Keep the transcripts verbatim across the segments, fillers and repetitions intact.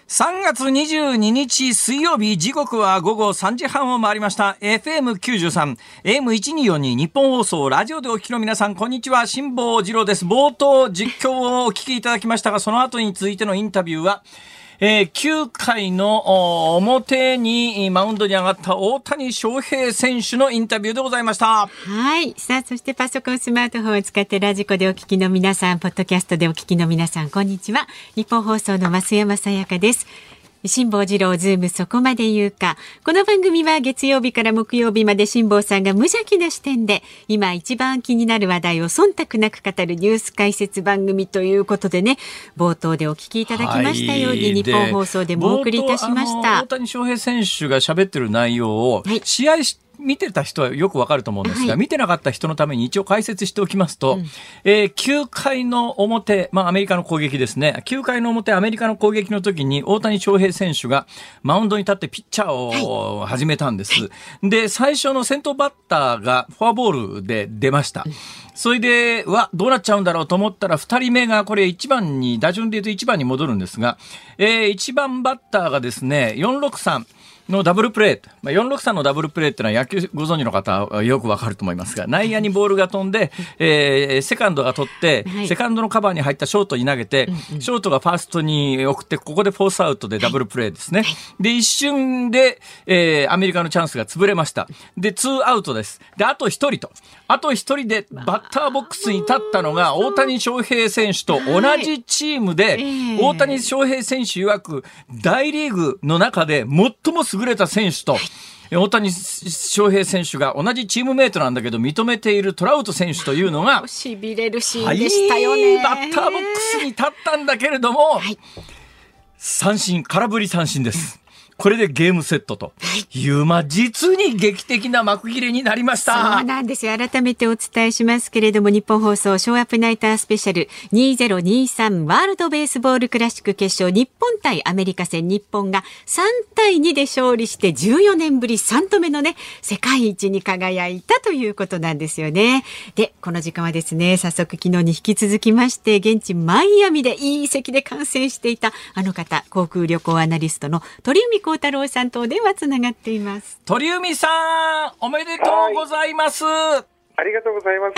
さんがつにじゅうににち水曜日、時刻は午後さんじはんを回りました。 エフエムきゅうじゅうさん エーエムせんにひゃくよんじゅうに 日本放送ラジオでお聞きの皆さん、こんにちは。辛坊治郎です。冒頭実況をお聞きいただきましたが、その後に続いてのインタビューはえー、きゅうかいの表にマウンドに上がった大谷翔平選手のインタビューでございました。 はい。さあ、そしてパソコン、スマートフォンを使ってラジコでお聞きの皆さん、ポッドキャストでお聞きの皆さん、こんにちは。日本放送の増山さやかです。辛坊治郎ズームそこまで言うか。この番組は月曜日から木曜日まで辛坊さんが無邪気な視点で今一番気になる話題を忖度なく語るニュース解説番組ということでね、冒頭でお聞きいただきましたように、はい、日本放送でもお送りいたしました。 大谷翔平選手が喋ってる内容を、はい、試合し見てた人はよくわかると思うんですが、はい、見てなかった人のために一応解説しておきますと、うんえー、きゅうかいの表、まあアメリカの攻撃ですね。きゅうかいの表アメリカの攻撃の時に大谷翔平選手がマウンドに立ってピッチャーを始めたんです。はい、で、最初の先頭バッターがフォアボールで出ました。うんそれで、わ、どうなっちゃうんだろうと思ったら、二人目がこれいちばんに、打順で言うといちばんに戻るんですが、えー、いちばんバッターがですね、よんろくさんのダブルプレー、まあ、よんろくさんのダブルプレーってのは野球ご存知の方はよくわかると思いますが、内野にボールが飛んで、えー、セカンドが取って、はい、セカンドのカバーに入ったショートに投げて、うんうん、ショートがファーストに送って、ここでフォースアウトでダブルプレーですね。はい、で、一瞬で、えー、アメリカのチャンスが潰れました。で、ツーアウトです。で、あと一人と。あと一人でバッターボックスに立ったのが大谷翔平選手と同じチームで、大谷翔平選手曰く大リーグの中で最も優れた選手と、大谷翔平選手が同じチームメイトなんだけど認めているトラウト選手というのがしびれるシーンでしたよね。 バッターボックスに立ったんだけれども、はい、三振、空振り三振です。これでゲームセットという、まあ、実に劇的な幕切れになりました。 そうなんですよ。改めてお伝えしますけれども、日本放送ショーアップナイタースペシャルにせんにじゅうさんワールドベースボールクラシック決勝、日本対アメリカ戦、日本がさんたいにで勝利してじゅうよねんぶりさんどめのね、世界一に輝いたということなんですよね。で、この時間はですね、早速昨日に引き続きまして、現地マイアミでいい席で観戦していたあの方、航空旅行アナリストの鳥海幸太郎さんとお電話つながっています。 鳥海さん、おめでとうございます。 ありがとうございます。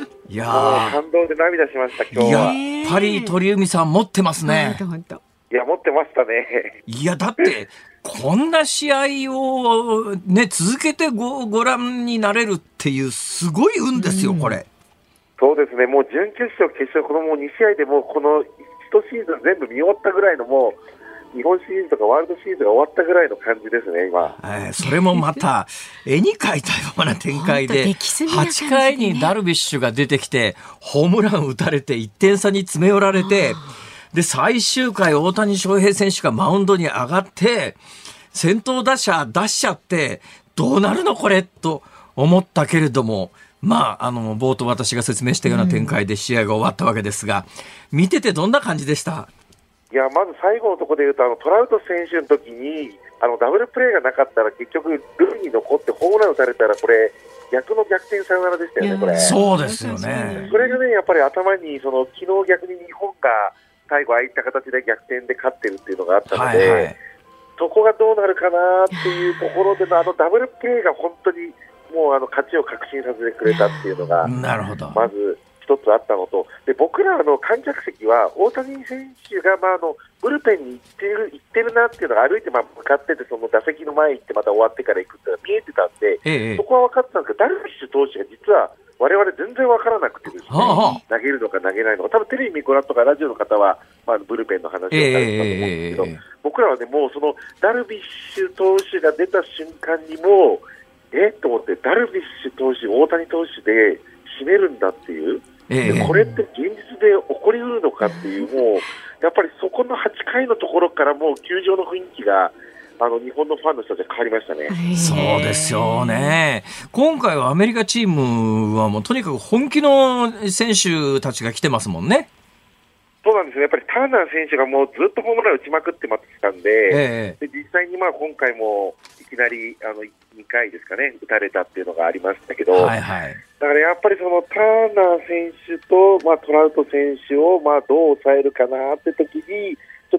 いやー、感動で涙しました。今日はやっぱり鳥海さん持ってますね。 ほんといや、持ってましたね。 いや、だってこんな試合をね続けて ご, ご覧になれるっていうすごい運ですよ、うん、これ。 そうですね。もう準決勝決勝このもうに試合でもうこのいちシーズン全部見終わったぐらいの、もう日本シリーズとかワールドシリーズが終わったぐらいの感じですね、今。 えー、それもまた絵に描いたような展開で、はちかいにダルビッシュが出てきてホームラン打たれていってん差に詰め寄られて、で最終回大谷翔平選手がマウンドに上がって先頭打者出しちゃってどうなるのこれと思ったけれども、まあ、あの冒頭私が説明したような展開で試合が終わったわけですが、うん、見ててどんな感じでした？ いや、まず最後のところで言うと、あのトラウト選手の時にあのダブルプレーがなかったら結局ルーに残ってホームラン打たれたらこれ逆の逆転サヨナラでしたよね。これそうですよね。 それがね、やっぱり頭にその昨日逆に日本が最後ああいった形で逆転で勝ってるっていうのがあったので、はいはい、そこがどうなるかなっていうところでのあのダブルプレーが本当にもうあの勝ちを確信させてくれたっていうのがなるほど、 まず一つあったのと、で僕らの観客席は大谷選手がまああのブルペンに行ってる行ってるなっていうのが歩いてまあ向かってて、その打席の前に行ってまた終わってから行くっていうのが見えてたんで、ええ、そこは分かったんですけど、ダルビッシュ投手が実は我々全然分からなくてですね、はあ、投げるのか投げないのか、多分テレビご覧とかラジオの方は、まあ、ブルペンの話をされてたと思うんですけど、ええ、僕らはね、もうそのダルビッシュ投手が出た瞬間にもうえっと思って、ダルビッシュ投手、大谷投手で締めるんだっていう、ええ、でこれって現実で起こりうるのかっていう、もうやっぱりそこのはちかいのところからもう球場の雰囲気があの日本のファンの人たち変わりましたね。 そうですよね。今回はアメリカチームはもうとにかく本気の選手たちが来てますもんね。 そうなんですね。やっぱりターナー選手がもうずっとホームラン打ちまくってましたんで、ええ、で実際にまあ今回もいきなりあのにかいですかね、打たれたっていうのがありましたけど、はいはい、だからやっぱりそのターナー選手と、まあ、トラウト選手をまあどう抑えるかなって時にちょっと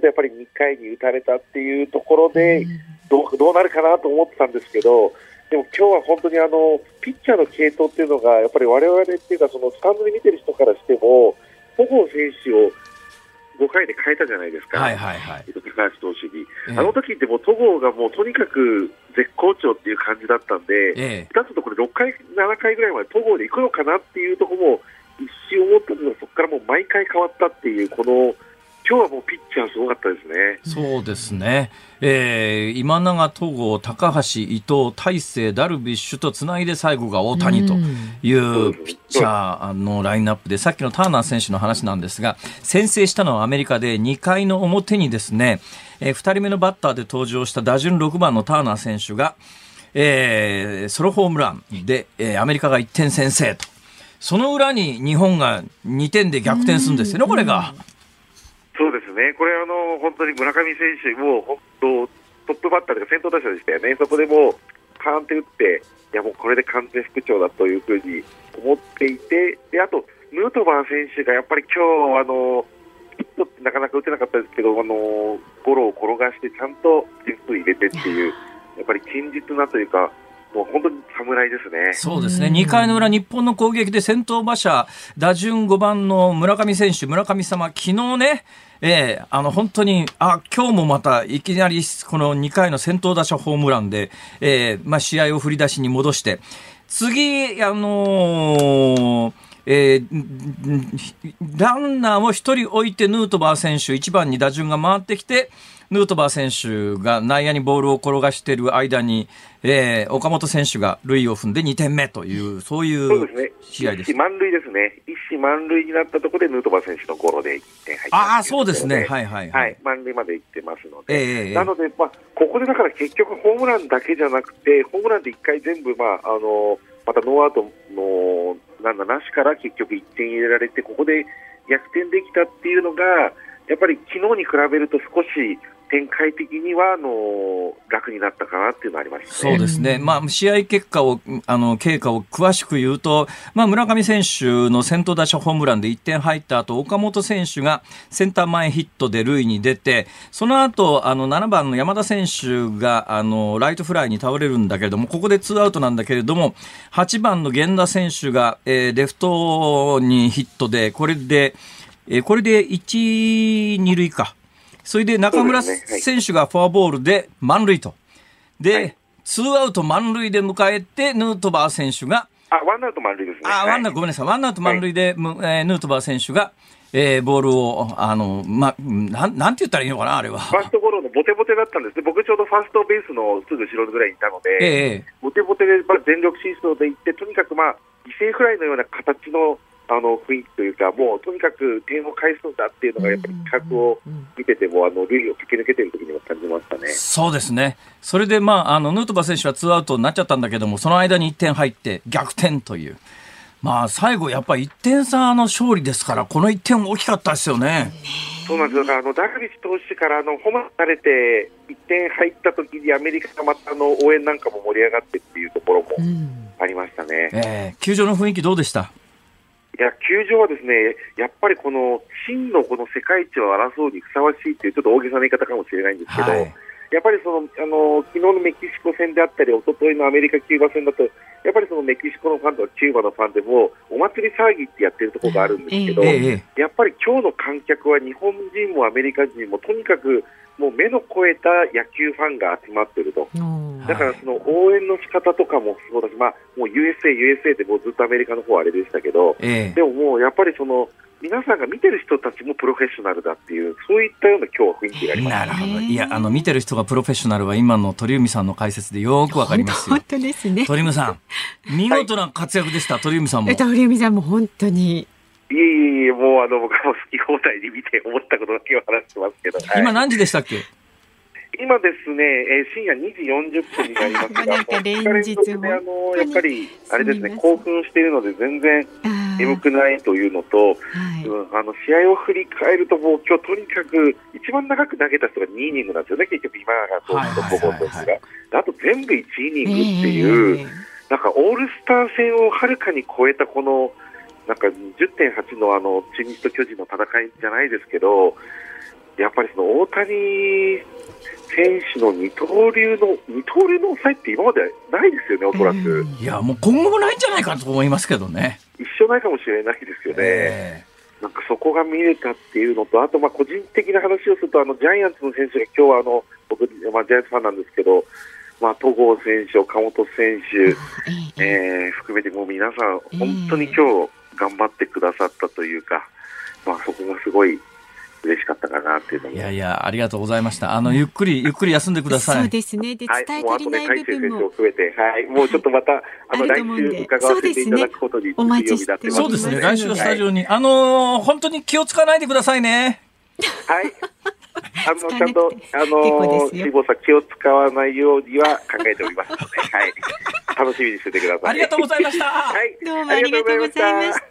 とやっぱりにかいに打たれたっていうところで、どう、どうなるかなと思ってたんですけど、でも今日は本当にあのピッチャーの継投っていうのがやっぱり我々っていうかそのスタンドで見てる人からしても戸郷選手をごかいで変えたじゃないですか、 はいはいはい、 高橋投手に、ええ、あの時ってもう戸郷がもうとにかく絶好調っていう感じだったんで、ええ、だとこれろっかいななかいぐらいまで戸郷で行くのかなっていうところも一瞬思ったんですが、そこからもう毎回変わったっていうこの今日はもうピッチャーすごかったですね。 そうですね、えー、今永、戸郷、高橋、伊藤、大勢、ダルビッシュとつないで最後が大谷というピッチャーのラインナップで、さっきのターナー選手の話なんですが、先制したのはアメリカでにかいの表にですね、えー、ふたりめのバッターで登場した打順ろくばんのターナー選手が、えー、ソロホームランで、えー、アメリカがいってん先制と、その裏に日本がにてんで逆転するんですよね、これが。 そうですね、これあの本当に村上選手も本当トップバッターで先頭打者でしたよね。そこでもうパーンって打って、いやもうこれで完全復調だというふうに思っていて、であとヌートバー選手がやっぱり今日あのヒットってなかなか打てなかったですけど、あのゴロを転がしてちゃんと点数入れてっていう、やっぱり堅実なというか、もう本当に侍ですね。 そうですね。にかいの裏、日本の攻撃で先頭馬車、打順ごばんの村上選手、村上様、昨日ね、えー、あの本当に、あ、今日もまたいきなりこのにかいの先頭打者ホームランで、えー、まあ試合を振り出しに戻して、次、あのー、えー、ランナーをひとり置いてヌートバー選手いちばんに打順が回ってきて、ヌートバー選手が内野にボールを転がしている間に、えー、岡本選手が塁を踏んでにてんめという、そういう試合です。 一満塁ですね。一死満塁になったところでヌートバー選手のゴロでいってん入った。 ああ、そうですね。はいはいはい。はい、 満塁まで行ってますので。 えー、 なので、まあ、ここでだから結局ホームランだけじゃなくて、ホームランでいっかい全部、まあ、あの、またノーアウトのランナーなしから結局いってん入れられて、ここで逆転できたっていうのが、やっぱり昨日に比べると少し展開的にはあの楽になったかなっていうのがありましたね。 そうですね。まあ試合結果をあの経過を詳しく言うと、まあ村上選手の先頭打者ホームランでいってん入った後、岡本選手がセンター前ヒットで塁に出て、その後あのななばんの山田選手があのライトフライに倒れるんだけれども、ここでツーアウトなんだけれども、はちばんの源田選手が、えー、レフトにヒットで、これで、えー、これでいち、に塁か。それで中村選手がフォアボールで満塁と。で、はい、ツーアウト満塁で迎えて、ヌートバー選手が、 あ、ワンアウト満塁ですね。 あ、ワンアウト、ごめんなさい。ワンアウト満塁で、はい、えー、ヌートバー選手が、えー、ボールを、あの、ま、なん、なんて言ったらいいのかな、あれは。 ファーストゴロのボテボテだったんですね。僕ちょうどファーストベースのすぐ後ろぐらいにいたので、えー、ボテボテで全力疾走でいって、とにかくまあ、犠牲フライのような形の、あの雰囲気というか、もうとにかく点を返すんだっていうのがやっぱり企画を見てても、あの塁を駆け抜けている時にも感じましたね。 そうですね。それでまああのヌートバー選手はツーアウトになっちゃったんだけども、その間にいってん入って逆転という、まあ最後やっぱりいってん差の勝利ですから、このいってん大きかったですよね。 そうなんです。だからあのダルビッシュ投手からあのホームランされていってん入った時にアメリカがまたあの応援なんかも盛り上がってっていうところもありましたね。 うん、えー、球場の雰囲気どうでした？ いや、球場はですね、やっぱりこの真のこの世界一を争うにふさわしいというちょっと大げさな言い方かもしれないんですけど、はい、やっぱりそのあの昨日のメキシコ戦であったり、一昨日のアメリカ・キューバ戦だと、やっぱりそのメキシコのファンとキューバのファンでもお祭り騒ぎってやってるところがあるんですけど、ええ、やっぱり今日の観客は日本人もアメリカ人もとにかくもう目の超えた野球ファンが集まってると。だからその応援の仕方とかもそうだし、まあ、もう ユーエスエー、ユーエスエー でもうずっとアメリカの方はあれでしたけど、ええ、でももうやっぱりその皆さんが見てる人たちもプロフェッショナルだっていう、そういったような今日は雰囲気があります。 なるほど。いや、あの見てる人がプロフェッショナルは今の鳥海さんの解説でよくわかりますよ。 本当ですね。 鳥海さん、見事な活躍でした。はい、鳥海さんも。 鳥海さんも本当に。 いえいえ、もうあの僕は好き放題に見て思ったことだけを話してますけど。はい、 今何時でしたっけ？ 今ですね、えー、深夜にじよんじゅっぷんになりますが、 なんか連日であのやっぱりあれですね、興奮しているので全然眠くないというのと、はい、うん、あの試合を振り返るともう今日とにかく一番長く投げた人がにイニングなんですよね。結局今永投手と小郷投手が、あと全部いちイニングっていう、えー、なんかオールスター戦をはるかに超えたこのなんか じゅってんはち のあの中日と巨人の戦いじゃないですけど、 やっぱりその大谷選手の二刀流の二刀流の抑えって今までないですよね、おそらく。 いやもう今後もないんじゃないかと思いますけどね。 一生ないかもしれないですよね。えー、なんかそこが見れたっていうのと、あとまあ個人的な話をすると、あのジャイアンツの選手が今日はあの僕、まあ、ジャイアンツファンなんですけど、まあ、戸郷選手、岡本選手、えー、含めてもう皆さん本当に今日頑張ってくださったというか、まあ、そこがすごい嬉しかったかなっていうのも。 いやいや、ありがとうございました。あのゆっくりゆっくり休んでください。 そうですね。で、伝え足りない部分も、はい、もうあとね、大勢選手を含めて、 はい、もうちょっとまたあの来週伺わせていただくことにお待ちしてます。 そうですね。来週のスタジオに、はい、あのー、本当に気をつかないでくださいね。 はい。あのちゃんとあの辛坊さん気を使わないようには考えておりますので、はい、楽しみにしててください。 ありがとうございました。 はい、どうもありがとうございました。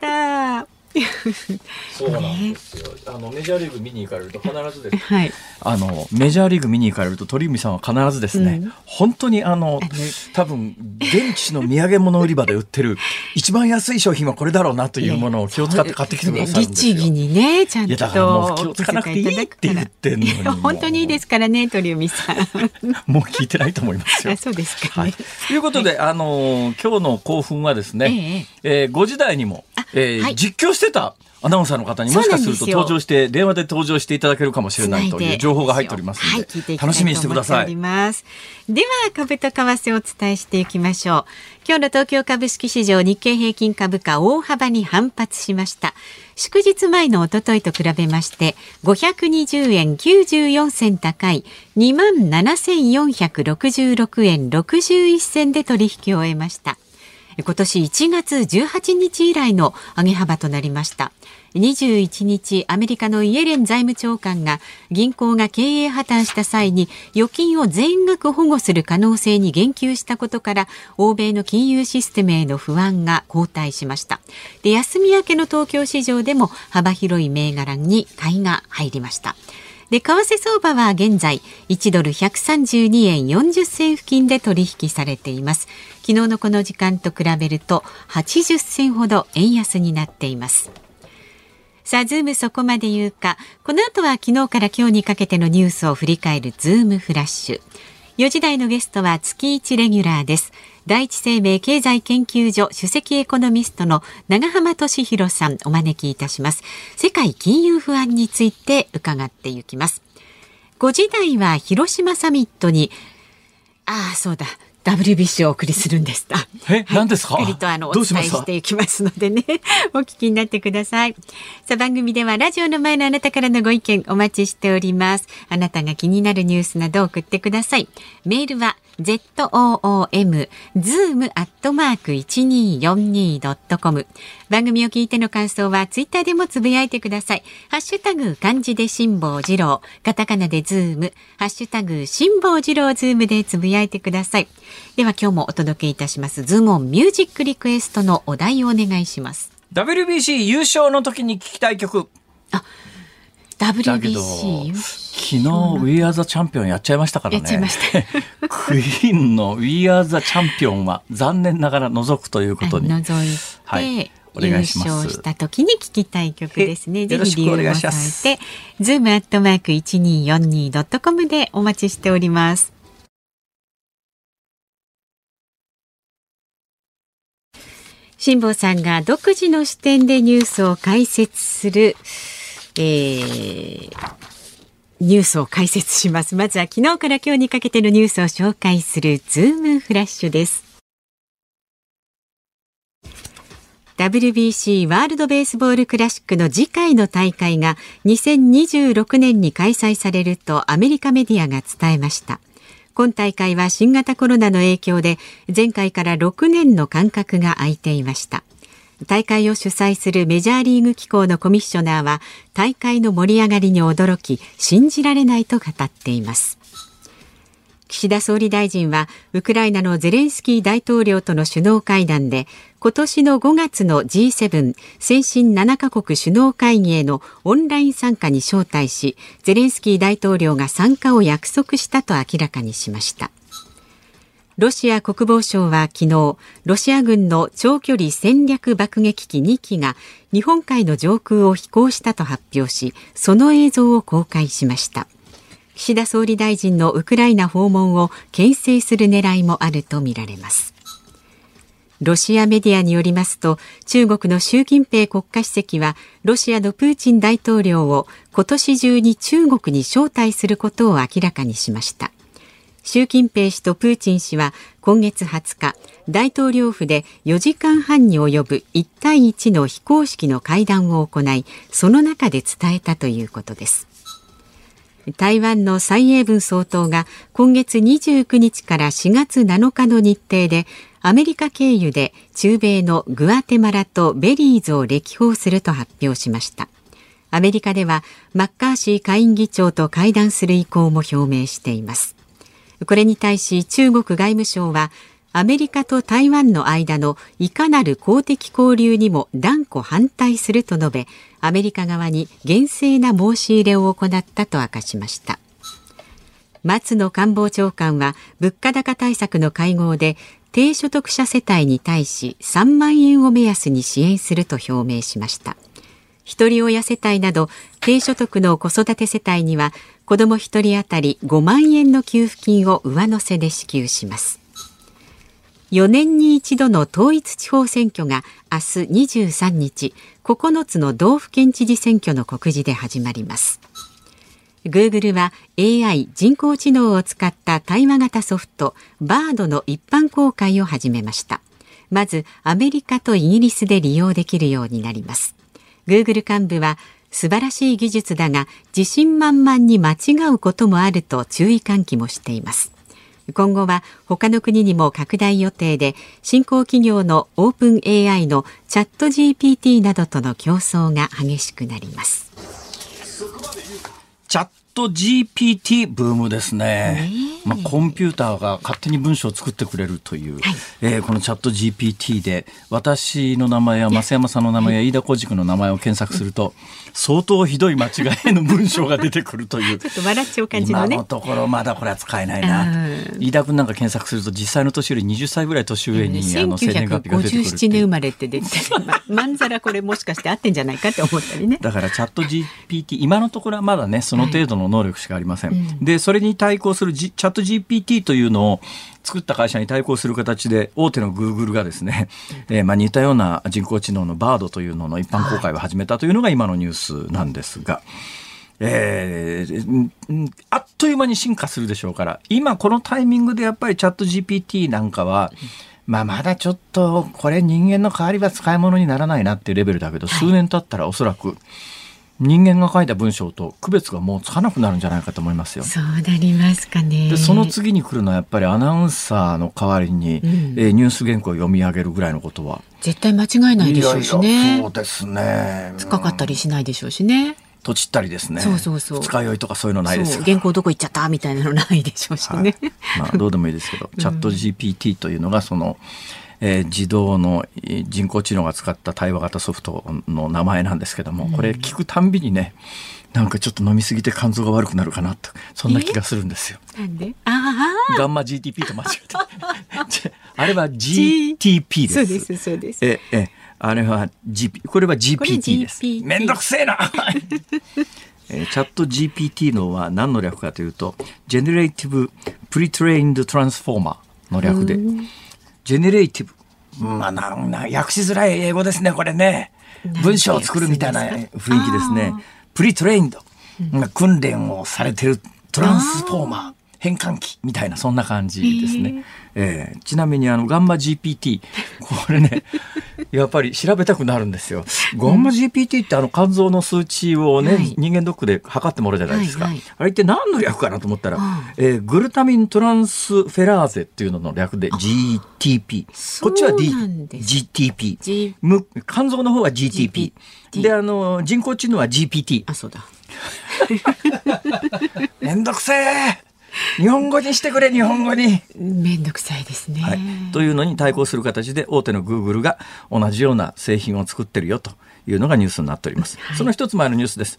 そうなんですよ。あのメジャーリーグ見に行かれると必ずです、はい、あのメジャーリーグ見に行かれると鳥海さんは必ずですね、うん、本当にあの多分現地の土産物売り場で売ってる一番安い商品はこれだろうなというものを気を使って買ってきてくださるんですよ。 律儀にね、ちゃんと。いやだからもう気をつかなくていいって言ってんのに。 本当にいいですからね、鳥海さん。 もう聞いてないと思いますよ。 あ、そうですか、ね。 はい。ということで、はい、あの今日の興奮はですね、えええー、ごじ台にも、えーはい、実況してたアナウンサーの方にもしかすると登場して電話で登場していただけるかもしれないという情報が入っておりますので、はい、楽しみにしてください。 では株と為替をお伝えしていきましょう。今日の東京株式市場、日経平均株価大幅に反発しました。祝日前の一昨日と比べましてごひゃくにじゅうえんきゅうじゅうよんせん高い にまんななせんよんひゃくろくじゅうろくえんろくじゅういっ銭で取引を終えました。今年いちがつじゅうはちにち以来の上げ幅となりました。にじゅういちにち、アメリカのイエレン財務長官が銀行が経営破綻した際に預金を全額保護する可能性に言及したことから、欧米の金融システムへの不安が後退しました。で、休み明けの東京市場でも幅広い銘柄に買いが入りました。で、為替相場は現在いちドルひゃくさんじゅうにえんよんじゅっ銭付近で取引されています。昨日のこの時間と比べるとはちじゅっ銭ほど円安になっています。さあ、ズームそこまで言うか。この後は昨日から今日にかけてのニュースを振り返るズームフラッシュ。よじ台のゲストは月いちレギュラーです。第一生命経済研究所首席エコノミストの長浜俊弘さんお招きいたします。世界金融不安について伺っていきます。ごじ台は広島サミットに、ああそうだ、ダブリュービーシー をお送りするんです。 え、何ですか？ しっかりとあのお伝えしていきますのでね、お聞きになってください。さあ、番組ではラジオの前のあなたからのご意見お待ちしております。あなたが気になるニュースなどを送ってください。メールは ズーム ズーム アットマーク いちにーよんにー ドットコム。番組を聞いての感想はツイッターでもつぶやいてください。ハッシュタグ漢字で辛坊治郎、カタカナでズーム、ハッシュタグ辛坊治郎ズームでつぶやいてください。では今日もお届けいたしますズームオンミュージックリクエストのお題をお願いします。 ダブリュービーシー 優勝の時に聞きたい曲。 あ、ダブリュービーシー昨日 We Are the Champion やっちゃいましたからね。 やっちゃいましたクイーンの We Are the Champion は残念ながら除くということに、 除いて、はい、お願いします。優勝した時に聞きたい曲ですね。ぜひ理由を添えて ズーム アットマーク いちにーよんにー ドットコム でお待ちしております。辛坊さんが独自の視点でニュースを解説する、えー、ニュースを解説します。まずは昨日から今日にかけてのニュースを紹介するズームフラッシュです。ダブリュービーシー ワールドベースボールクラシックの次回の大会がにせんにじゅうろくねんに開催されるとアメリカメディアが伝えました。今大会は新型コロナの影響で前回からろくねんの間隔が空いていました。大会を主催するメジャーリーグ機構のコミッショナーは大会の盛り上がりに驚き、信じられないと語っています。岸田総理大臣はウクライナのゼレンスキー大統領との首脳会談で、今年のごがつの ジーセブン 先進ななカ国首脳会議へのオンライン参加に招待し、ゼレンスキー大統領が参加を約束したと明らかにしました。 ロシア国防省は昨日、ロシア軍の長距離戦略爆撃機にきが日本海の上空を飛行したと発表し、その映像を公開しました。岸田総理大臣のウクライナ訪問を牽制する狙いもあるとみられます。ロシアメディアによりますと、中国の習近平国家主席はロシアのプーチン大統領を今年中に中国に招待することを明らかにしました。習近平氏とプーチン氏は今月はつか、大統領府でよじかんはんに及ぶいち対いちの非公式の会談を行い、その中で伝えたということです。台湾の蔡英文総統が今月にじゅうくにちからしがつなのかの日程でアメリカ経由で中米のグアテマラとベリーズを歴訪すると発表しました。アメリカではマッカーシー下院議長と会談する意向も表明しています。これに対し中国外務省は、アメリカと台湾の間のいかなる公的交流にも断固反対すると述べ、アメリカ側に厳正な申し入れを行ったと明かしました。松野官房長官は物価高対策の会合で、低所得者世帯に対しさんまんえんを目安に支援すると表明しました。一人親世帯など低所得の子育て世帯には子どもひとり当たりごまんえんの給付金を上乗せで支給します。よねんに一度の統一地方選挙が明日にじゅうさんにち、ここのつの道府県知事選挙の告示で始まります。Google は エーアイ 人工知能を使った対話型ソフト バード の一般公開を始めました。まずアメリカとイギリスで利用できるようになります。Google 幹部は、素晴らしい技術だが自信満々に間違うこともあると注意喚起もしています。今後は他の国にも拡大予定で、新興企業のオープン エーアイ のチャット ジーピーティー などとの競争が激しくなります。 チャット ジーピーティー ブームですね。まあ、コンピューターが勝手に文章を作ってくれるという、はい、えー、このチャット ジーピーティー で私の名前や増山さんの名前や飯田浩司君の名前を検索すると相当ひどい間違いの文章が出てくるというちょっと笑っちゃう感じのね。 今のところまだこれは使えないな。飯田君なんか検索すると実際の年よりにじゅっさいぐらい年上に、うん、あの生年月日が出てくるっていう。せんきゅうひゃくごじゅうななねん生まれって出てまんざらこれもしかして合ってんじゃないかって思ったりね。 だからチャット ジーピーティー 今のところはまだねその程度の能力しかありません、はい、うん、でそれに対抗する、G、チャット ジーピーティー というのを作った会社に対抗する形で大手の Google がですね、えーまあ、似たような人工知能の バード というのの一般公開を始めたというのが今のニュースなんですが、えー、あっという間に進化するでしょうから、今このタイミングでやっぱりチャット ジーピーティー なんかは、まあ、まだちょっとこれ人間の代わりは使い物にならないなっていうレベルだけど、数年経ったらおそらく人間が書いた文章と区別がもうつかなくなるんじゃないかと思いますよ。 そうなりますかね。 でその次に来るのはやっぱりアナウンサーの代わりに、うん、えー、ニュース原稿を読み上げるぐらいのことは絶対間違いないでしょうしね。 いやいやそうですね。 つかかったりしないでしょうしね。 とちったりですね。 そうそうそう。 二日酔いとかそういうのないですよ。 原稿どこ行っちゃったみたいなのないでしょうしね。はい、 まあ、どうでもいいですけど、チャット ジーピーティー というのがその、えー、自動の人工知能が使った対話型ソフトの名前なんですけども、これ聞くたんびにね、なんかちょっと飲みすぎて肝臓が悪くなるかなと、そんな気がするんですよ。 なんで？ああ。 ガンマ ジーティーピー と間違えて。あれは ジーティーピー です。 そうですそうです。 ええあれは ジーピー、これは ジーピーティー です。めんどくせえな。えー、チャット ジーピーティー のは何の略かというと、ジェネレーティブプリトレインドトランスフォーマーの略で、ジェネレーティブ、まあなな訳しづらい英語ですねこれね。文章を作るみたいな雰囲気ですね。プリトレインド、うん、訓練をされてるトランスフォーマー、変換器みたいなそんな感じですね。えー、ちなみにあのガンマ ジーピーティー これねやっぱり調べたくなるんですよ。ガンマ ジーピーティー ってあの肝臓の数値をね、はい、人間ドックで測ってもらうじゃないですか、はいはい、あれって何の略かなと思ったら、えー、グルタミントランスフェラーゼっていうのの略で ジーティーピー、 こっちは D、ジーティーピー、G、肝臓の方は ジーティーピー、 G、であの人工知能は ジーピーティー。 あ、そうだめんどくせえ、日本語にしてくれ、日本語に。 めんどくさいですね、 はい、というのに対抗する形で大手の Google が同じような製品を作ってるよというのがニュースになっております、はい、その一つ前のニュースです。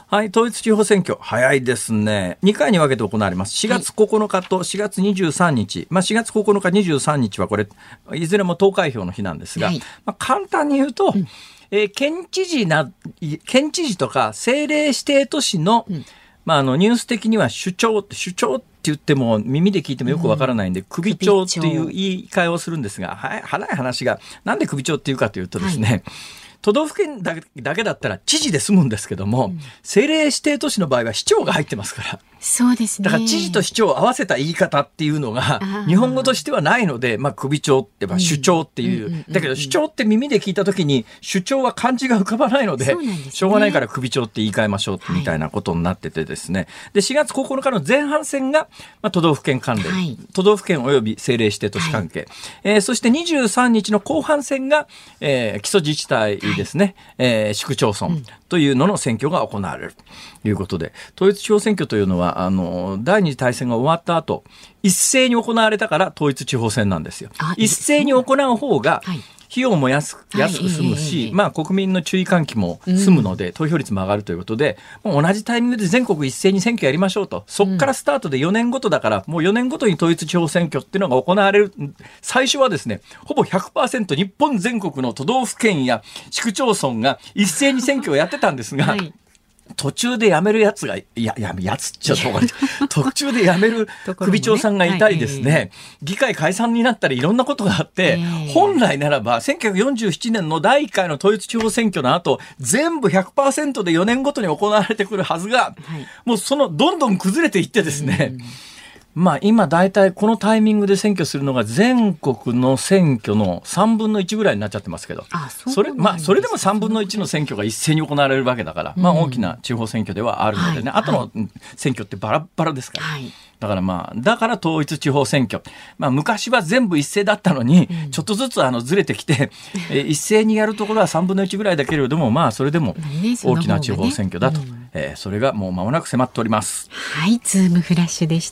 はい、統一地方選挙、早いですね。にかいに分けて行われます。しがつここのかとしがつにじゅうさんにち。はい、まあ、しがつここのか、にじゅうさんにちはこれ、いずれも投開票の日なんですが、はい、まあ、簡単に言うと、うん、えー、県知事な、県知事とか政令指定都市の、うん、まあ、あの、ニュース的には首長、首長って言っても耳で聞いてもよくわからないんで、うん、首長っていう言い換えをするんですが、はい、早い話が、なんで首長っていうかというとですね、はい、都道府県だけだったら知事で済むんですけども、うん、政令指定都市の場合は市長が入ってますから。 そうですね。 だから知事と市長を合わせた言い方っていうのが日本語としてはないので、まあ、首長ってば首長っていう、うんうんうんうん、だけど首長って耳で聞いたときに首長は漢字が浮かばないの で, で、ね、しょうがないから首長って言い換えましょうみたいなことになっててですね、はい、でしがつここのかの前半戦が、まあ、都道府県関連、はい、都道府県および政令指定都市関係、はい、えー、そしてにじゅうさんにちの後半戦が、えー、基礎自治体ですね、はい、えー、市区町村というのの選挙が行われるということで、統一地方選挙というのはあの第二次大戦が終わった後一斉に行われたから統一地方選なんですよ。一斉に行う方が費用も安く、安く済むし、まあ、国民の注意喚起も済むので、うん、投票率も上がるということで、もう同じタイミングで全国一斉に選挙やりましょうと、そこからスタートでよねんごとだから、もうよねんごとに統一地方選挙っていうのが行われる。最初はですね、ほぼ ひゃくパーセント 日本全国の都道府県や市区町村が一斉に選挙をやってたんですが、はい、途中で辞めるやつが、いや、や、やつっちゃうと途中で辞める首長さんがいたりですね、はい、議会解散になったりいろんなことがあって、本来ならばせんきゅうひゃくよんじゅうななねんのだいいっかいの統一地方選挙の後、全部 ひゃくパーセント でよねんごとに行われてくるはずが、はい、もうそのどんどん崩れていってですね、まあ、今大体このタイミングで選挙するのが全国の選挙のさんぶんのいちぐらいになっちゃってますけど、あ、それ、まあ、それでもさんぶんのいちの選挙が一斉に行われるわけだから、うん、まあ、大きな地方選挙ではあるのでね、はい、後の選挙ってバラッバラですから、はい、だからまあ、だから統一地方選挙、まあ、昔は全部一斉だったのに、うん、ちょっとずつあのずれてきて、えー、一斉にやるところはさんぶんのいちぐらいだけれども、まあ、それでも大きな地方選挙だと、ね、うん、えー、それがもう間もなく迫っております。 はい、ズームフラッシュでした。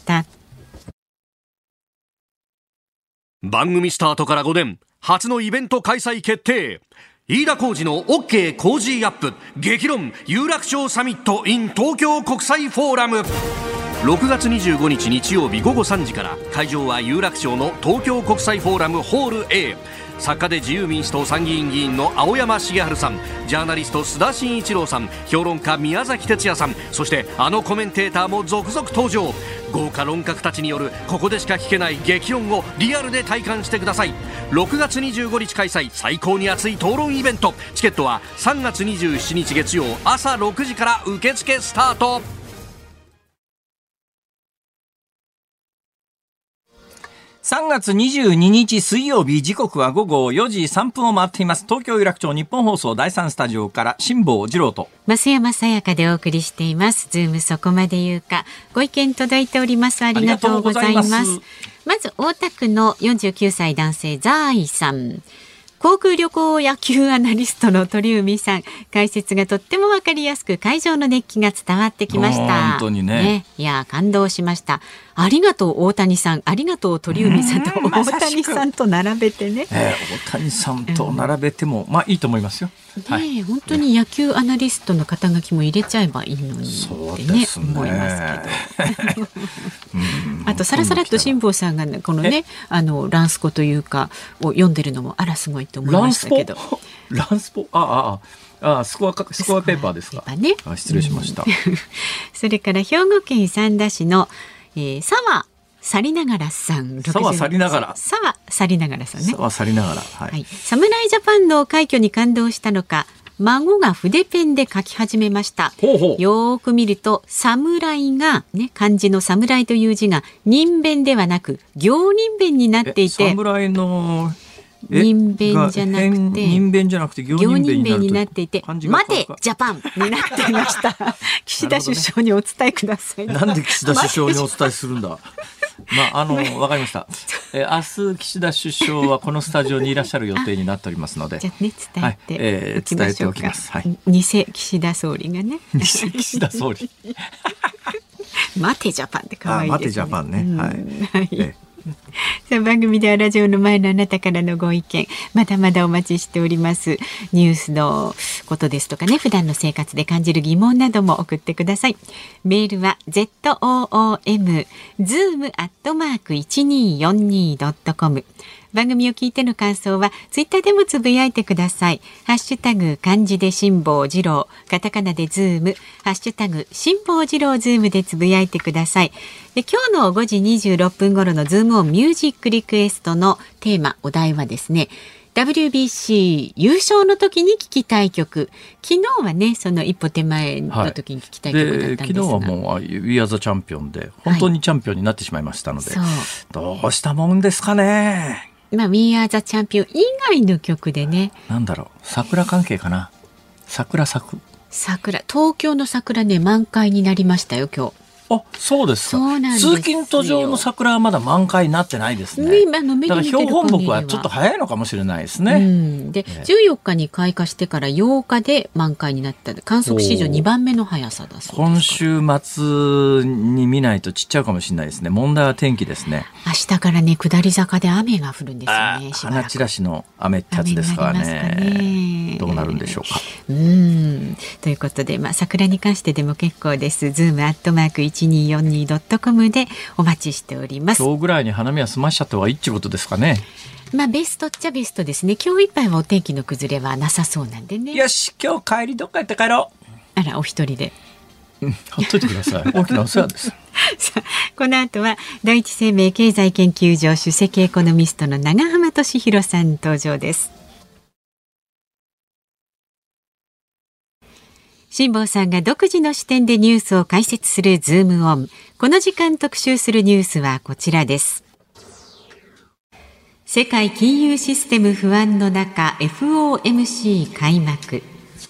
番組スタートからごねん、初のイベント開催決定。飯田浩司の OK 工事アップ激論有楽町サミット in 東京国際フォーラム。ろくがつにじゅうごにち日曜日ごごさんじから、会場は有楽町の東京国際フォーラムホール A。 作家で自由民主党参議院議員の青山茂春さん、ジャーナリスト須田慎一郎さん、評論家宮崎哲也さん、そしてあのコメンテーターも続々登場。豪華論客たちによるここでしか聞けない激論をリアルで体感してください。ろくがつにじゅうごにち開催、最高に熱い討論イベント。チケットはさんがつにじゅうしちにち月曜朝ろくじから受付スタート。 さんがつにじゅうににち水曜日、時刻はごごよじさんぷんを回っています。東京有楽町日本放送だいさんスタジオから辛坊治郎と増山さやかでお送りしています。ズームそこまで言うか。ご意見届いております。ありがとうございます。ま, まず大田区のよんじゅうきゅうさい男性ザーイさん。航空旅行野球アナリストの鳥海さん、解説がとってもわかりやすく会場の熱気が伝わってきました。 本当に ね, ねいや感動しました。ありがとう大谷さん、ありがとう鳥海さんと大谷さんと並べてね、 えー、大谷さんと並べても、うん、まあいいと思いますよ。 ね、はい、本当に野球アナリストの肩書きも入れちゃえばいいのにってね、思いますけどあとさらさらっと辛坊さんが、ね、このねあのランスコというかを読んでるのもあらすごいと思いましたけど、 ランスポああああスコアスコアペーパーですか、ね、あ失礼しました、うん、 それから兵庫県三田市の、えー、沢去りながらさん、 沢去りながら沢去りながらさんね、 沢去りながら、はいはい、 侍ジャパンの快挙に感動したのか、孫が筆ペンで書き始めました。 ほうほう、 よく見ると侍が、ね、漢字の侍という字が人弁ではなく行人弁になっていて、 侍の人弁じゃなくて人弁じゃなくて行人弁に な, になっていて、待てジャパンになっていました岸田首相にお伝えください。 なんで岸田首相にお伝えするんだまあ、あの、わかりました。えー、明日、岸田首相はこのスタジオにいらっしゃる予定になっておりますので。 じゃあね、伝えて、はい、 えー、伝えておきます。はい。 偽岸田総理がね。 偽岸田総理。 待てジャパンって可愛いですね。 待てジャパンね。はい。 はい、えー、 さあ番組ではラジオの前のあなたからのご意見まだまだお待ちしております。ニュースのことですとかね、普段の生活で感じる疑問なども送ってください。メールは ズーム ズーム アットマーク いちにーよんにー ドットコム。番組を聞いての感想はツイッターでもつぶやいてください。ハッシュタグ漢字で辛坊治郎、カタカナでズーム、ハッシュタグ辛坊治郎ズームでつぶやいてください。で今日のごじにじゅうろっぷん頃のズームオンミュージックリクエストのテーマお題はですね、ダブリュービーシー 優勝の時に聴きたい曲。昨日はねその一歩手前の時に聴きたい曲だったんですが、 はい、で昨日はもう We Are the Champion で本当にチャンピオンになってしまいましたので、はい、どうしたもんですかね。 まあ、We Are the Champion 以外の曲でね、 なんだろう、桜関係かな。桜咲く。 桜、東京の桜ね満開になりましたよ今日。 あ、そうですか。 そうなんですよ。 通勤途上の桜はまだ満開になってないですね。 ね、あの目に見てるだから標本木はちょっと早いのかもしれないですね。 うん、で、じゅうよっかに開花してからようかで満開になった。観測史上にばんめの速さだそうです。 今週末に見ないとちっちゃうかもしれないですね。問題は天気ですね。 明日からね下り坂で雨が降るんですよね。 花散らしの雨ってやつですから ね, ねどうなるんでしょうか。 うんということで、まあ、桜に関してでも結構です。ズームアットマーク いちにーよんにー ドットコム でお待ちしております。 今日ぐらいに花見は済ましちゃった方がいいってことですかね。 まあベストっちゃベストですね。今日いっぱいはお天気の崩れはなさそうなんでね。 よし、今日帰りどっか行って帰ろう。 あら、お一人で。 うん、ほっといてください。大きなお世話です。 さあこの後は第一生命経済研究所首席エコノミストの長浜俊弘さん登場です。辛坊さんが独自の視点でニュースを解説するズームオン。この時間特集するニュースはこちらです。世界金融システム不安の中 エフオーエムシー 開幕。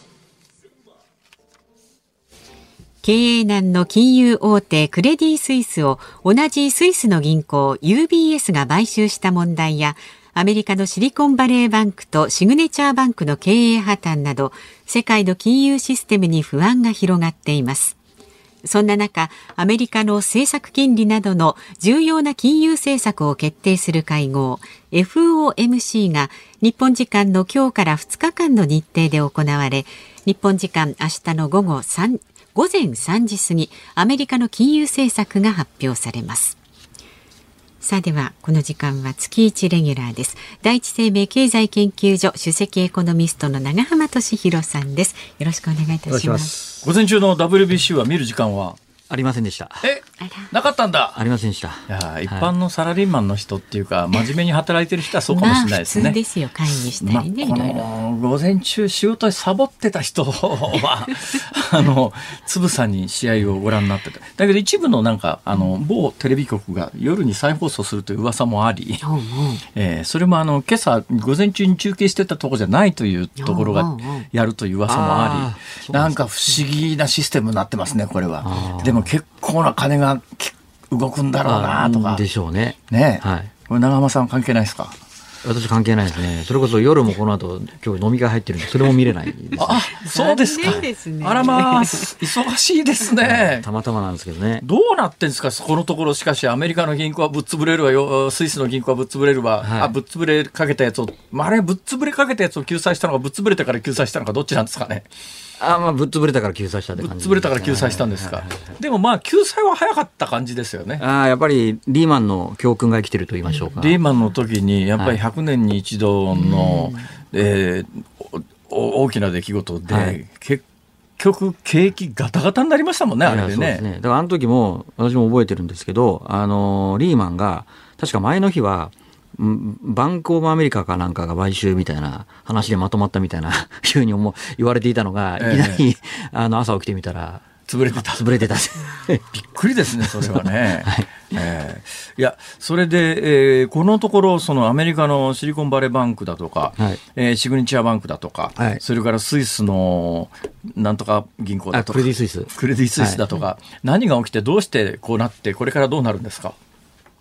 経営難の金融大手クレディ・スイスを同じスイスの銀行 ユービーエス が買収した問題や、アメリカのシリコンバレーバンクとシグネチャーバンクの経営破綻など、世界の金融システムに不安が広がっています。そんな中、アメリカの政策金利などの重要な金融政策を決定する会合 エフオーエムシー が日本時間の今日からふつかかんの日程で行われ、日本時間明日の午後3午前さんじ過ぎ、アメリカの金融政策が発表されます。さあではこの時間は月いちレギュラーです。第一生命経済研究所首席エコノミストの長浜俊弘さんです。よろしくお願いいたします。 午前中の ダブリュービーシー は見る時間はありませんでした。 え、なかったんだ。 ありませんでした。いや、一般のサラリーマンの人っていうか、はい、真面目に働いてる人はそうかもしれないですね。 まあ、普通ですよ、会議したりね、 まあ、この午前中仕事でサボってた人はあのつぶさに試合をご覧になってた。だけど一部のなんかあの某テレビ局が夜に再放送するという噂もあり、うんうん、えー、それもあの今朝午前中に中継してたところじゃないというところがやるという噂もあり、なんか不思議なシステムになってますね、これは。でも結構な金が動くんだろうなとかでしょうね。 ね、 はい、 これ長浜さん関係ないですか。 私関係ないですね。それこそ夜もこの後今日飲み会入ってるんでそれも見れないです、ね、 あ、そうですか。 ですね、 あらまあ忙しいですね。 たまたまなんですけどね。 どうなってんですかこのところ。しかしアメリカの銀行はぶっ潰れるわよ、スイスの銀行はぶっ潰れるわ、はい、あぶっ潰れかけたやつを、まあ、あれぶっ潰れかけたやつを救済したのかぶっ潰れてから救済したのかどっちなんですかね。 あ、まあ、ぶっ潰れたから救済したって感じ、 ぶっ潰れたから救済したんですか。はいはいはいはい、でもまあ救済は早かった感じですよね。 あ、やっぱりリーマンの教訓が生きてると言いましょうか。 リーマンの時にやっぱりひゃくねんに一度の、はい、えー、大きな出来事で、はい、結局景気ガタガタになりましたもんね、あれでね。 そうですね。だからあの時も私も覚えてるんですけど、あのリーマンが確か前の日はバンクオブアメリカかなんかが買収みたいな話でまとまったみたいなふうに思言われていたのが、ええ、いきなりあの朝起きてみたら潰れてた潰れてたびっくりですね、それはね。はい、えー、いやそれで、えー、このところそのアメリカのシリコンバレーバンクだとか、はい、えー、シグニチャーバンクだとか、はい、それからスイスのなんとか銀行だとか、 クレディスイスクレディスイスだとか、はい、何が起きてどうしてこうなってこれからどうなるんですか。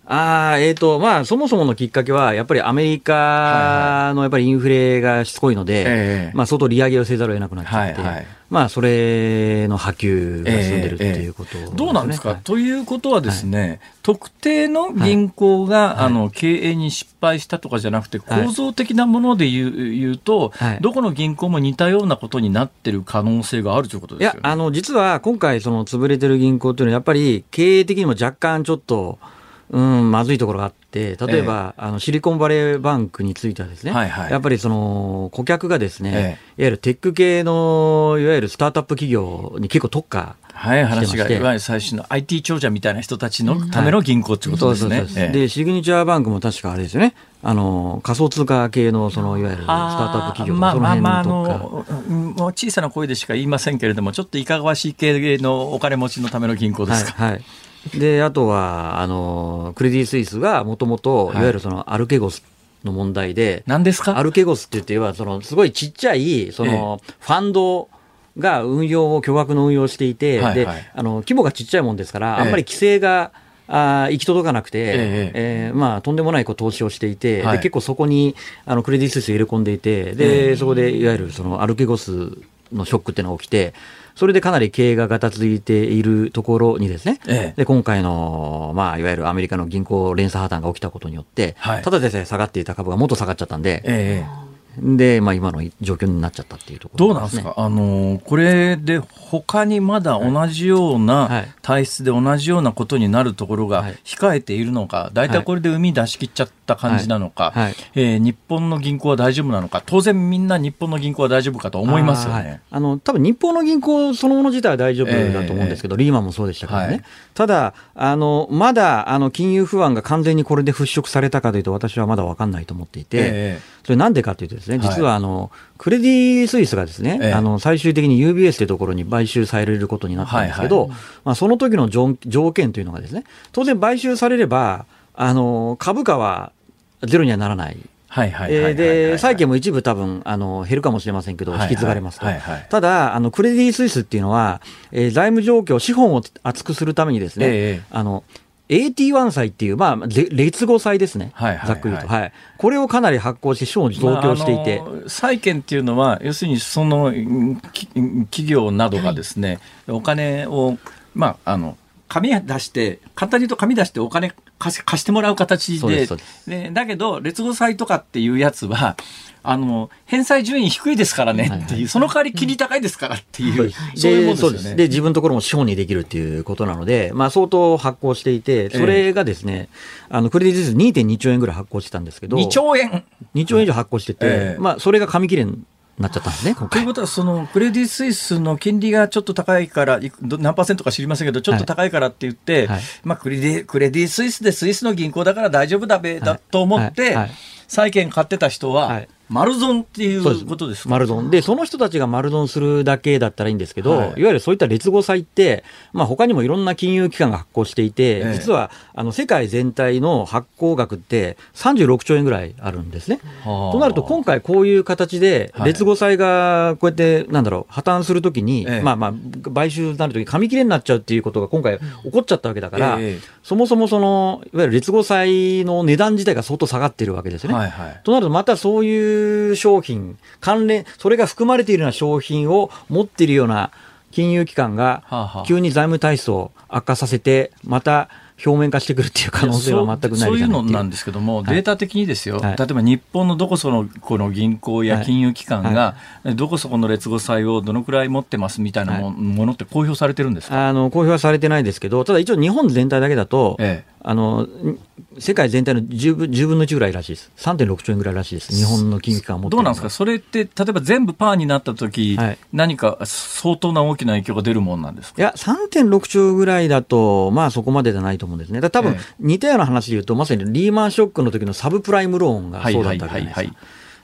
あえーとまあ、そもそものきっかけは、やっぱりアメリカのやっぱりインフレがしつこいので、はいはいまあ、相当利上げをせざるを得なくなっちゃって、はいはいまあ、それの波及が進んでるっていうことですね、 えーえー、どうなんですか、はい、ということはですね、はい、特定の銀行が、はい、あの経営に失敗したとかじゃなくて、構造的なもので言う、言うと、はい、どこの銀行も似たようなことになってる可能性があるということですよね。 いやあの実は今回、その潰れてる銀行というのは、やっぱり経営的にも若干ちょっと、うん、まずいところがあって、例えば、ええ、あのシリコンバレーバンクについてはですね、はいはい、やっぱりその顧客がですね、ええ、いわゆるテック系のいわゆるスタートアップ企業に結構特化してまして、はい、 話がいわゆる最新の アイティー 長者みたいな人たちのための銀行ということですね。 はい、そうそうそう、ええ、でシグニチャーバンクも確かあれですよね、あの仮想通貨系のそのいわゆるスタートアップ企業とか、その辺の特化、 もう小さな声でしか言いませんけれども、ちょっといかがわしい系のお金持ちのための銀行ですか。 はい、はいであとはあのクレディ・スイスがもともといわゆるそのアルケゴスの問題で、 何ですか、 アルケゴスって言ってはそのすごいちっちゃいそのファンドが運用を巨額の運用していて、はいはい、であの規模がちっちゃいもんですから、あんまり規制があ行き届かなくて、えええーまあ、とんでもないこう投資をしていて、はい、で結構そこにあのクレディ・スイス入れ込んでいて、で、えー、そこでいわゆるそのアルケゴスのショックっていうのが起きて、それでかなり経営がガタついているところにですね、ええ、で今回の、まあ、いわゆるアメリカの銀行連鎖破綻が起きたことによって、はい、ただでさえ下がっていた株がもっと下がっちゃったんで、ええでまあ、今の状況になっちゃったっていうところですね。 どうなんですか、あのこれで他にまだ同じような体質で同じようなことになるところが控えているのか、だいたいこれで海出し切っちゃった感じなのか、はいはいえー、日本の銀行は大丈夫なのか、当然みんな日本の銀行は大丈夫かと思いますよね。あ、はい、 あの多分日本の銀行そのもの自体は大丈夫だと思うんですけど、えー、リーマンもそうでしたからね、はい、ただあのまだあの金融不安が完全にこれで払拭されたかというと、私はまだ分かんないと思っていて、えー、それなんでかというとですね、実はあの、はいクレディ・スイスがですね、ええ、あの最終的に ユービーエス というところに買収されることになったんですけど、はいはいまあ、その時の条件というのがですね、当然買収されればあの株価はゼロにはならない。で債券も一部多分あの減るかもしれませんけど、引き継がれますと、はいはいはいはい、ただあのクレディ・スイスっていうのは、えー、財務状況資本を厚くするためにですね、ええ、あのエーティーワン 債っていう、まあ、劣後債ですね、はいはいはい、ざっくりと、はい、これをかなり発行して資本を増強していて、 まあ、債券っていうのは要するにその企業などがですね、はい、お金を、まあ、あの紙出して簡単に言うと紙出してお金貸し、貸してもらう形 で, で, でだけど劣後債とかっていうやつはあの返済順位低いですからねっていう、はいはい、その代わり金利高いですからっていう、うん、そういうもんですよね。そうです。 で自分のところも資本にできるっていうことなので、まあ、相当発行していて、それがですね、えー、あのクレディ・スイス にてんにちょうえんぐらい発行してたんですけど、 にちょうえんにちょうえん以上発行してて、えーまあ、それが紙切れなっちゃったんですね。 ということはそのクレディ・スイスの金利がちょっと高いから何パーセントか知りませんけどちょっと高いからって言って、はいまあ、クレディ、クレディ・スイスでスイスの銀行だから大丈夫だべだと思って、はいはいはい、債券買ってた人は、はい丸損っていうことですか。 丸損で、その人たちが丸損するだけだったらいいんですけど、はい、いわゆるそういった劣後債って、まあ、他にもいろんな金融機関が発行していて、ええ、実はあの世界全体の発行額ってさんじゅうろくちょうえんぐらいあるんですね。となると今回こういう形で劣後債がこうやってなんだろう破綻するときに、ええ、まあまあ買収になるとき紙切れになっちゃうっていうことが今回起こっちゃったわけだから、ええ、そもそもそのいわゆる劣後債の値段自体が相当下がっているわけですよね。はいはい、となるとまたそういう商品関連それが含まれているような商品を持っているような金融機関が急に財務体質を悪化させてまた表面化してくるっていう可能性は全くないじゃないっていう。 そういうのなんですけども、はい、データ的にですよ、はい、例えば日本のどこそのこの銀行や金融機関が、はい、どこそこの劣後債をどのくらい持ってますみたいなも、はい、ものって公表されてるんですか。 あの公表はされてないですけど、ただ一応日本全体だけだと、ええ、あの世界全体のじゅうぶんのいちぐらいらしいです。さんてんろくちょうえんぐらいらしいです。日本の金融機関を持っているのは。どうなんですか。それって例えば全部パーになったとき、はい、何か相当な大きな影響が出るものなんですか。 いや さんてんろくちょうぐらいだとまあそこまでじゃないと思うんですね。だ多分、ええ、似たような話で言うとまさにリーマンショックの時のサブプライムローンがそうだったじゃないですか。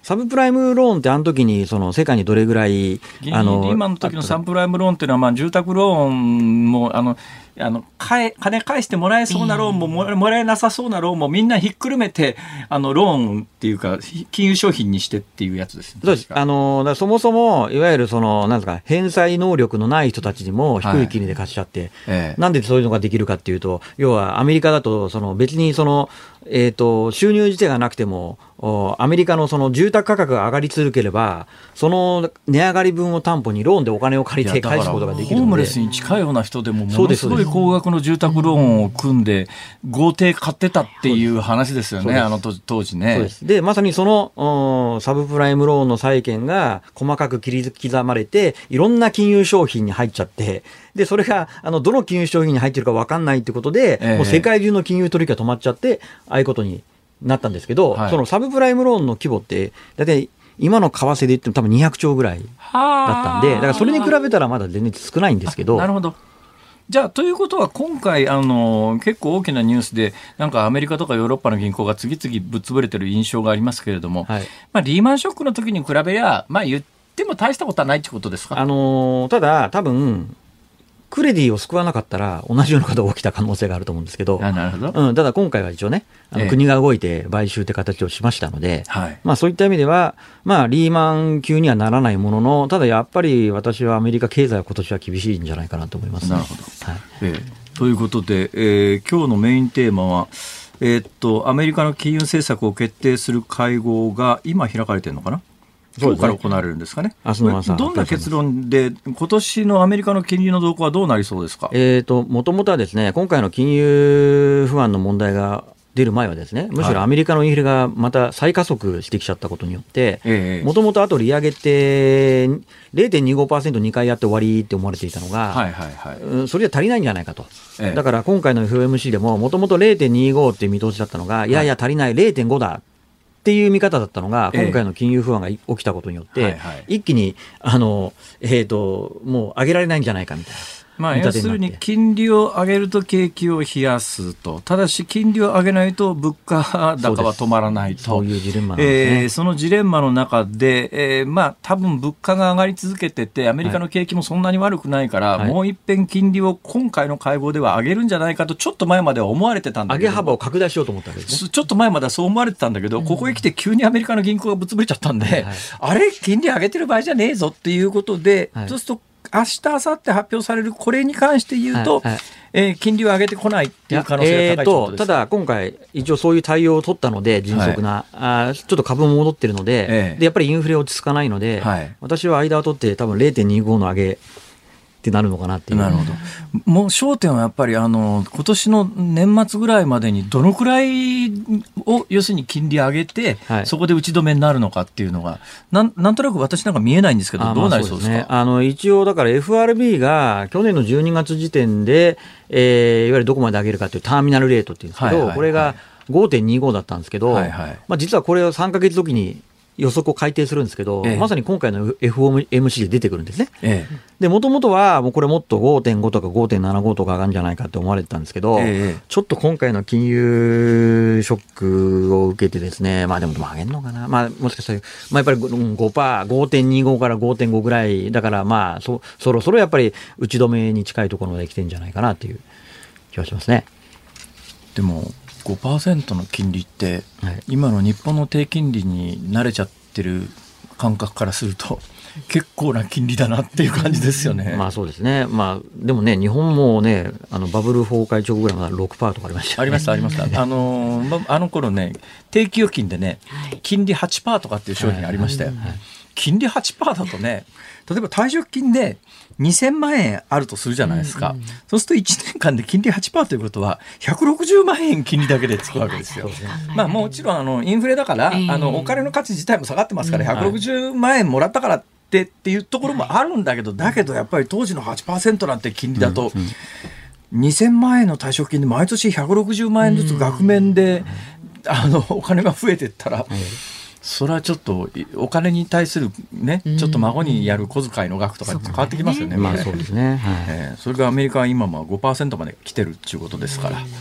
サブプライムローンってあの時にその世界にどれぐらいあの今の時のサブプライムローンっていうのは、まあ、住宅ローンもあのあの金返してもらえそうなローンももらえなさそうなローンもみんなひっくるめてあのローンっていうか金融商品にしてっていうやつです、ね、 そうです。あのだからそもそもいわゆるそのなんですか返済能力のない人たちにも低い金利で貸しちゃって、はいええ、なんでそういうのができるかっていうと、要はアメリカだとその別にそのえーと収入自体がなくてもアメリカのその住宅価格が上がり続ければその値上がり分を担保にローンでお金を借りて返すことができるので、 ホームレスに近いような人でもものすごい高額の住宅ローンを組んで豪邸買ってたっていう話ですよね、あの当時ね。 そうです。でまさにそのサブプライムローンの債券が細かく切り刻まれていろんな金融商品に入っちゃって、でそれがあのどの金融商品に入ってるか分かんないってことで、えー、もう世界中の金融取引が止まっちゃってああいうことになったんですけど、はい、そのサブプライムローンの規模ってだいたい今の為替で言っても多分にひゃくちょうぐらいだったんで、だからそれに比べたらまだ全然少ないんですけど。 なるほど。じゃあということは今回あの結構大きなニュースでなんかアメリカとかヨーロッパの銀行が次々ぶっ潰れてる印象がありますけれども、はいまあ、リーマンショックの時に比べりゃ、まあ、言っても大したことはないってことですか。 あのー、ただ多分クレディを救わなかったら同じようなことが起きた可能性があると思うんですけど、 あなるほど、 うん、ただ今回は一応ねあの、ええ、国が動いて買収って形をしましたので、はいまあ、そういった意味では、まあ、リーマン級にはならないものの、ただやっぱり私はアメリカ経済は今年は厳しいんじゃないかなと思います、ね、 なるほど、はいええ、ということで、えー、今日のメインテーマは、えー、っとアメリカの金融政策を決定する会合が今開かれてるのかな。今日から行われるんですかね。明日の朝。どんな結論で今年のアメリカの金利の動向はどうなりそうですか。 えーと、もともとはですね、今回の金融不安の問題が出る前はですね、むしろアメリカのインフレがまた再加速してきちゃったことによって、もともとあと利上げって れいてんにごパーセントにかいやって終わりって思われていたのが、はいはいはい、それじゃ足りないんじゃないかと、ええ、だから今回の エフオーエムシー でももともと れいてんにご っていう見通しだったのが、いやいや足りない れいてんご だっていう見方だったのが、今回の金融不安が起きたことによって、ええはいはい、一気にあの、えーと、もう上げられないんじゃないかみたいな。 まあ、要するに金利を上げると景気を冷やすと、ただし金利を上げないと物価高は止まらないと、 そういうジレンマなんですね。 えー、そのジレンマの中で、えー、まあ多分物価が上がり続けててアメリカの景気もそんなに悪くないから、はい、もう一遍金利を今回の会合では上げるんじゃないかとちょっと前までは思われてたんだけど、 上げ幅を拡大しようと思ったわけですね。 ちょっと前まではそう思われてたんだけど、うん、ここへ来て急にアメリカの銀行がぶつぶれちゃったんで、はいはい、あれ金利上げてる場合じゃねえぞっていうことで、はい、そうすると明日明後日発表されるこれに関して言うと、はいはいえー、金利を上げてこないっていう可能性が高いということです。 えーと、ただ今回一応そういう対応を取ったので迅速な、はい、あちょっと株も戻ってるので、えー、でやっぱりインフレ落ち着かないので、はい、私は間を取って多分 れいてんにご の上げってなるのかなっていう。 なるほど。もう焦点はやっぱりあの今年の年末ぐらいまでにどのくらいを要するに金利上げて、はい、そこで打ち止めになるのかっていうのがなん、なんとなく私なんか見えないんですけど、どうなりそうですか。 まあそうですね、あの一応だから エフアールビー が去年のじゅうにがつ時点で、えー、いわゆるどこまで上げるかというターミナルレートっていうんですけど、はいはいはい、これが ごてんにご だったんですけど、はいはいまあ、実はこれをさんかげつおきに予測を改定するんですけど、ええ、まさに今回の エフオーエムシー で出てくるんですね。ええ、でもともとはもうこれもっと ごてんご とか ごてんななご とか上がるんじゃないかって思われてたんですけど、え、ちょっと今回の金融ショックを受けてですね、まあでも上げるのかな、まあもしかしたら、まあ、やっぱり ごパーセント、ごてんにご から ごてんご ぐらいだからまあ そ, そろそろやっぱり打ち止めに近いところまで来てるんじゃないかなっていう気はしますね。 でもごパーセント の金利って、はい、今の日本の低金利に慣れちゃってる感覚からすると結構な金利だなっていう感じですよね。 まあそうですね。まあでもね、日本もね、あのバブル崩壊直後ぐらいまで ろくパーセント とかありましたよね。 ありましたありました。あのあの頃ね、定期預金でね、金利 はちパーセント とかっていう商品ありましたよ。はいはいはい、金利 はちパーセント だとね、例えば退職金でにせんまんえんあるとするじゃないですか、うんうん、そうするといちねんかんで金利 はちパーセント ということはひゃくろくじゅうまんえん金利だけでつくわけですよ。まあもちろんあのインフレだから、えー、あのお金の価値自体も下がってますから、ひゃくろくじゅうまんえんもらったからってっていうところもあるんだけど、だけどやっぱり当時の はちパーセント なんて金利だと、うんうんにせんまんえんの退職金で毎年ひゃくろくじゅうまんえんずつ額面で、うん、あのお金が増えていったら、うんそれはちょっとお金に対するね、ちょっと孫にやる小遣いの額とか変わってきますよね。 まあそうですね。はいえー、それがアメリカは今も ごパーセント まで来てるっていうことですから、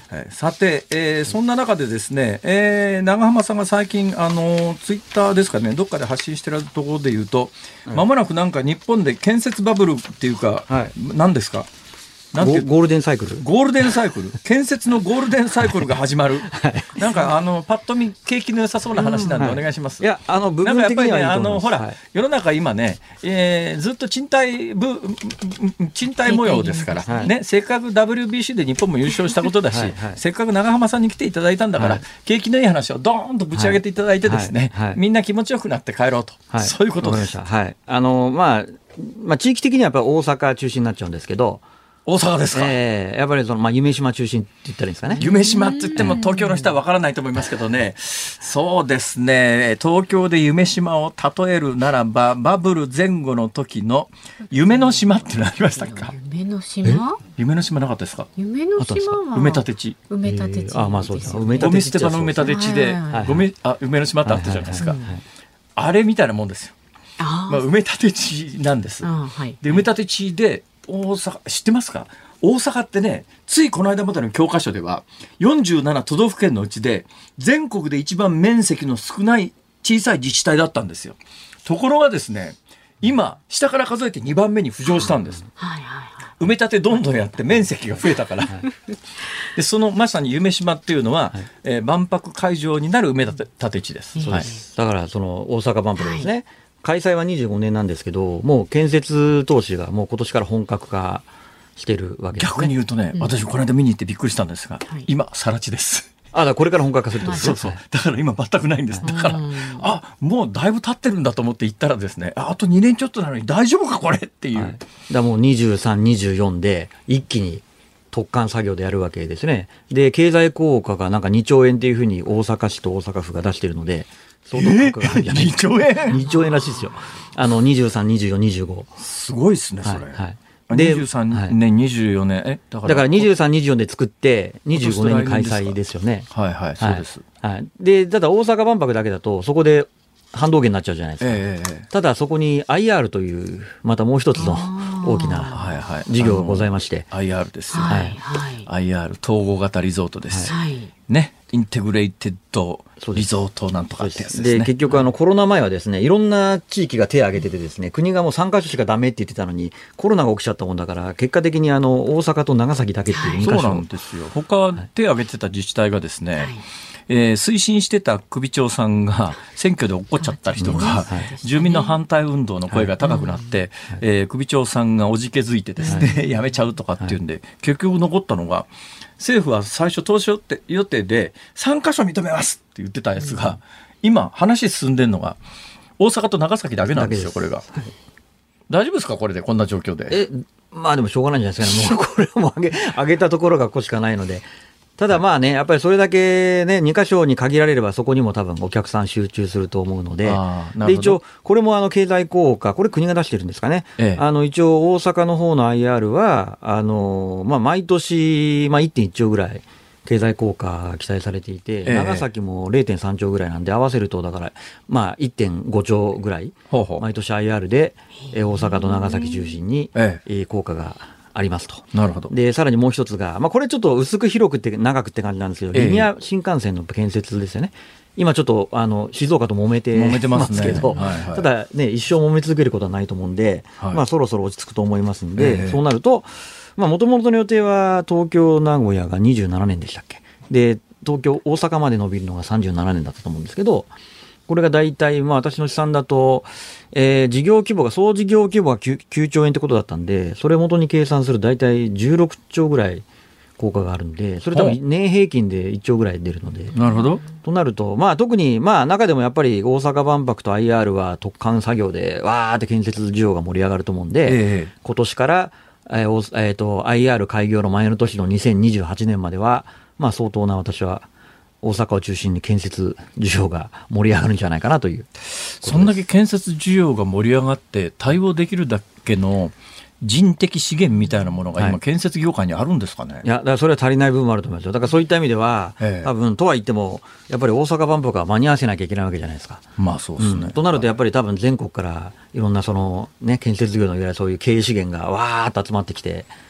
えー、さて、えー、そんな中でですね、えー、長浜さんが最近あのツイッターですかね、どっかで発信してるところで言うと、ま、はい、もなくなんか日本で建設バブルっていうか、はい、何ですか、なんていうゴールデンサイクルゴールデンサイクル建設のゴールデンサイクルが始まる、はい、なんかあのパッと見景気の良さそうな話なんでお願いします、 うん、はい、いやあの部分的にはいいと思います。 なんかやっぱりね、あのほら、 はい、 世の中今ね、えー、ずっと賃貸部賃貸模様ですから、はい、ね、せっかく ダブリュービーシー で日本も優勝したことだし、はい、はい、せっかく長浜さんに来ていただいたんだから、はい、景気のいい話をドーンとぶち上げていただいてですね、はいはい、みんな気持ちよくなって帰ろうと、はい、そういうことです。 はい、あのまあまあ、地域的にはやっぱり大阪中心になっちゃうんですけど、 大阪ですか、 えー、やっぱりその、まあ、夢島中心って言ったらいいんですかね。 夢島って言っても東京の人は分からないと思いますけどね、そうですね、東京で夢島を例えるならばバブル前後の時の夢の島っていうのありましたか。 夢の島、 夢の島なかったですか。 夢の島は埋め立て地、 埋め立て地、 あ、まあそうです。 ゴミ捨て場の埋め立て地で、ゴミ、あ、夢の島ってあったじゃないですか、あれみたいなもんですよ。あ、まあ、埋め立て地なんです。あ、はい、で埋め立て地で大阪知ってますか。大阪ってね、ついこの間までの教科書ではよんじゅうなな都道府県のうちで全国で一番面積の少ない小さい自治体だったんですよ。ところがですね、今下から数えてにばんめに浮上したんです、はいはいはい、埋め立てどんどんやって面積が増えたから、はい、でそのまさに夢島っていうのは、はい、えー、万博会場になる埋め立て地です、 そうです、はい、だからその大阪万博ですね、はい、開催はにじゅうごねんなんですけど、もう建設投資がもう今年から本格化してるわけですね。 逆に言うとね、うん、私この間見に行ってびっくりしたんですが、はい、今更地です。 あ、だからこれから本格化するってことですね。 そうそう、だから今全くないんです。だから、あ、もうだいぶ経ってるんだと思って行ったらですね、あ、あとにねんちょっとなのに大丈夫かこれっていう、はい、だからもうにじゅうさん、にじゅうよんで一気に突貫作業でやるわけですね。で経済効果がなんかにちょうえんっていうふうに大阪市と大阪府が出してるので、相当額があるんじゃないですか。 えー、にちょうえんにちょうえんらしいですよ。あのにじゅうさん、にじゅうよん、にじゅうご、 すごいですねそれ、はいはい、 でにじゅうさんねん、にじゅうよねん、えだから、だからにじゅうさん、にじゅうよんで作ってにじゅうごねんに開催ですよね。 はいはい、そうです、 はいはい、でただ大阪万博だけだとそこで反動源になっちゃうじゃないですか、えー、ただそこに アイアール というまたもう一つの大きな事業がございまして、 アイアール ですよ、はいはい、アイアール 統合型リゾートです、はい、ね、インテグレイテッドリゾートなんとかってやつですね。 で結局あのコロナ前はですね、いろんな地域が手を挙げててですね、国がもうさんか所しかダメって言ってたのにコロナが起きちゃったもんだから結果的にあの大阪と長崎だけっていうにか所、 そうなんですよ。他手を挙げてた自治体がですね、はい、えー、推進してた首長さんが選挙で落っこっちゃったりとか、はい、住民の反対運動の声が高くなって、はい、えー、首長さんがおじけづいてですね、はい、やめちゃうとかっていうんで、はい、結局残ったのが、政府は最初当初予定でさんか所認めますって言ってたやつが、うん、今話進んでるのが大阪と長崎だけなんですよ。これが、はい、大丈夫ですかこれでこんな状況で。 え、まあでもしょうがないんじゃないですかね。もうこれはもう上げ、上げたところがここしかないので。ただまあね、やっぱりそれだけね、にか所に限られればそこにも多分お客さん集中すると思うので、で一応これもあの経済効果、これ国が出してるんですかね、ええ、あの一応大阪の方の アイアール はあの、まあ、毎年、まあ、いってんいっちょうぐらい経済効果が期待されていて、ええ、長崎も れいてんさんちょうぐらいなんで合わせるとだから、まあ、いってんごちょうぐらいほうほう毎年 アイアール で大阪と長崎中心に、ええ、効果がありますと。 なるほど。 でさらにもう一つが、まあ、これちょっと薄く広くって長くって感じなんですけど、リニア新幹線の建設ですよね。今ちょっとあの静岡と揉めてますけど、はいはい、ただね一生揉め続けることはないと思うんで、はい、まあ、そろそろ落ち着くと思いますんで、えー、そうなるともともとの予定は東京名古屋がにじゅうななねんでしたっけで、東京大阪まで伸びるのがさんじゅうななねんだったと思うんですけど、これが大体、まあ、私の試算だと、えー、事業規模が総事業規模が 9, きゅうちょうえんってことだったんで、それを元に計算すると大体じゅうろくちょうぐらい効果があるんで、それ多分年平均でいっちょうぐらい出るので。 なるほど。 となると、まあ、特に、まあ、中でもやっぱり大阪万博と アイアール は突貫作業でわーって建設需要が盛り上がると思うんで、えー、今年から、えーえー、と アイアール 開業の前の年のにせんにじゅうはちねんまでは、まあ、相当な私は大阪を中心に建設需要が盛り上がるんじゃないかなという。 そんだけ建設需要が盛り上がって対応できるだけの人的資源みたいなものが今建設業界にあるんですかね。はい、 いやだからそれは足りない部分もあると思いますよ。だからそういった意味では、ええ、多分とは言ってもやっぱり大阪万博は間に合わせなきゃいけないわけじゃないですか。 まあそうですね、 うん、となるとやっぱり多分全国からいろんなその、ね、建設業のいわゆるそういう経営資源がわーっと集まってきて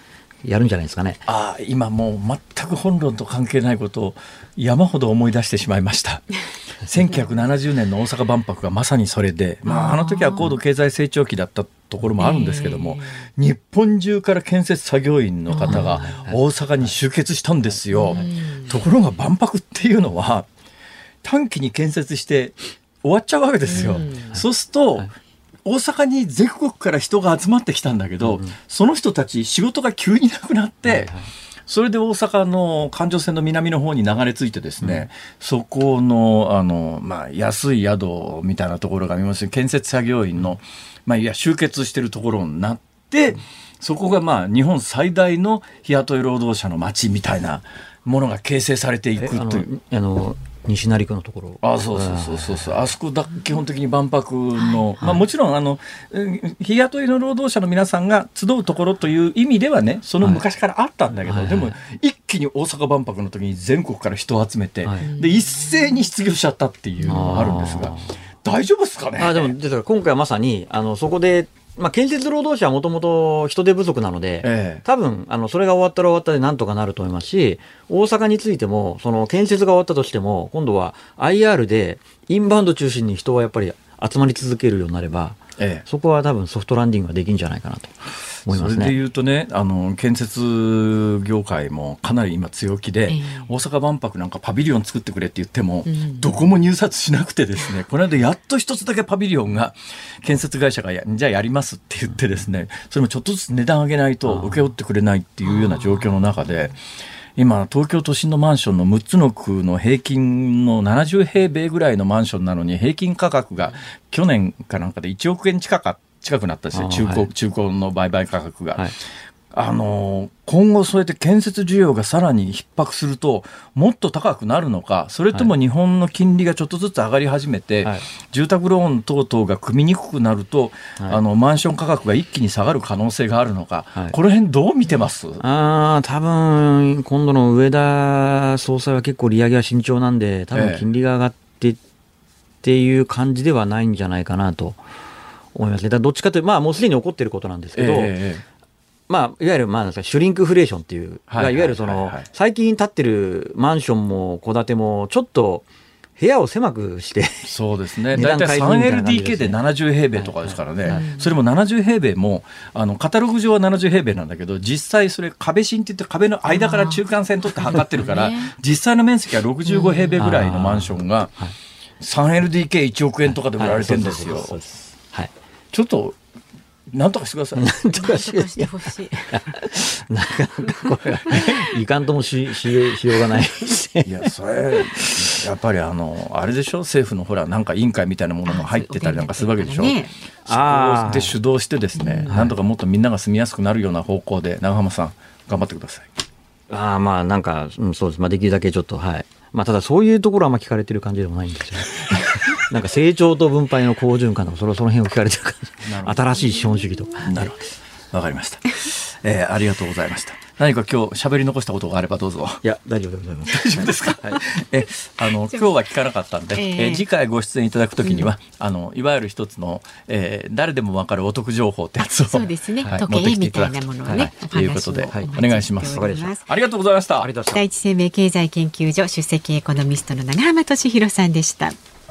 やるんじゃないですかね。 あ今もう全く本論と関係ないことを山ほど思い出してしまいましたせんきゅうひゃくななじゅうねんの大阪万博がまさにそれで、まあ、あの時は高度経済成長期だったところもあるんですけども、えー、日本中から建設作業員の方が大阪に集結したんですよ。ところが万博っていうのは短期に建設して終わっちゃうわけですよ。そうすると、はい大阪に全国から人が集まってきたんだけど、うん、その人たち仕事が急になくなって、はいはい、それで大阪の環状線の南の方に流れ着いてですね、うん、そこの、あの、まあ、安い宿みたいなところが見ます建設作業員の、まあ、いや集結しているところになって、うん、そこがまあ日本最大の日雇い労働者の街みたいなものが形成されていくという。 あのあの西成区のところあそうそうそうそうそうあそこだ基本的に万博の、はいまあ、もちろんあの日雇いの労働者の皆さんが集うところという意味ではねその昔からあったんだけど、はい、でも一気に大阪万博の時に全国から人を集めて、はい、で一斉に失業しちゃったっていうのがあるんですが大丈夫ですかね。 あでもだから今回はまさにあのそこでまあ、建設労働者はもともと人手不足なので、ええ、多分あのそれが終わったら終わったでなんとかなると思いますし大阪についてもその建設が終わったとしても今度は アイアール でインバウンド中心に人はやっぱり集まり続けるようになれば、ええ、そこは多分ソフトランディングができるんじゃないかなと思いますね。 それでいうとねあの建設業界もかなり今強気で、ええ、大阪万博なんかパビリオン作ってくれって言っても、うん、どこも入札しなくてですねこの間やっと一つだけパビリオンが建設会社がやじゃあやりますって言ってですねそれもちょっとずつ値段上げないと請け負ってくれないっていうような状況の中で今東京都心のマンションのむっつの区の平均のななじゅう平米ぐらいのマンションなのに平均価格が去年かなんかでいちおくえん近か近くなったんですよ。中古、はい、中古の売買価格が、はい、あの今後そうやって建設需要がさらに逼迫するともっと高くなるのかそれとも日本の金利がちょっとずつ上がり始めて、はい、住宅ローン等々が組みにくくなると、はい、あのマンション価格が一気に下がる可能性があるのか、はい、この辺どう見てます？ あ多分今度の植田総裁は結構利上げは慎重なんで多分金利が上がってっていう感じではないんじゃないかなと思いますね。だからどっちかというと、まあ、もうすでに起こっていることなんですけど、えーまあ、いわゆる、まあ、シュリンクフレーションっていう、はいはいはいはい、いわゆるその最近建ってるマンションも戸建てもちょっと部屋を狭くしてそうですねだいたい スリーエルディーケー でななじゅう平米とかですからね、はいはいはい、それもななじゅう平米もあのカタログ上はななじゅう平米なんだけど実際それ壁芯って言って壁の間から中間線取って測ってるから、ね、実際の面積はろくじゅうご平米ぐらいのマンションが スリーエルディーケーいちおくえんとかで売られてるんですよ。ちょっとなんとかしてください。 なんとかしてほしい。 なかなかこれいかんとも し, し, しようがない。 いやそれやっぱりあのあれでしょ政府のほらなんか委員会みたいなものも入ってたりなんかするわけでしょ。ね、そこで主導してですね、なんとかもっとみんなが住みやすくなるような方向で長浜さん頑張ってください。 ああまあなんか、うん、そうです。まあできるだけちょっとはい。まあただそういうところはあんま聞かれてる感じでもないんですよ。なんか成長と分配の好循環とかその辺を聞かれてる感じ。新しい資本主義とか。 なるほど。わかりました。えー、ありがとうございました。何か今日喋り残したことがあればどうぞ。 いや大丈夫でございます。 大丈夫ですか。はい、えあの今日は聞かなかったんで、えー、次回ご出演いただくときには、うん、あのいわゆる一つの、えー、誰でもわかるお得情報ってやつをそうですね、はい、時計みたいなものをね、 はい、ということで、はい、お願いします。ありがとうございました。ありがとうございました。 第一生命経済研究所出席エコノミストの長浜俊弘さんでした。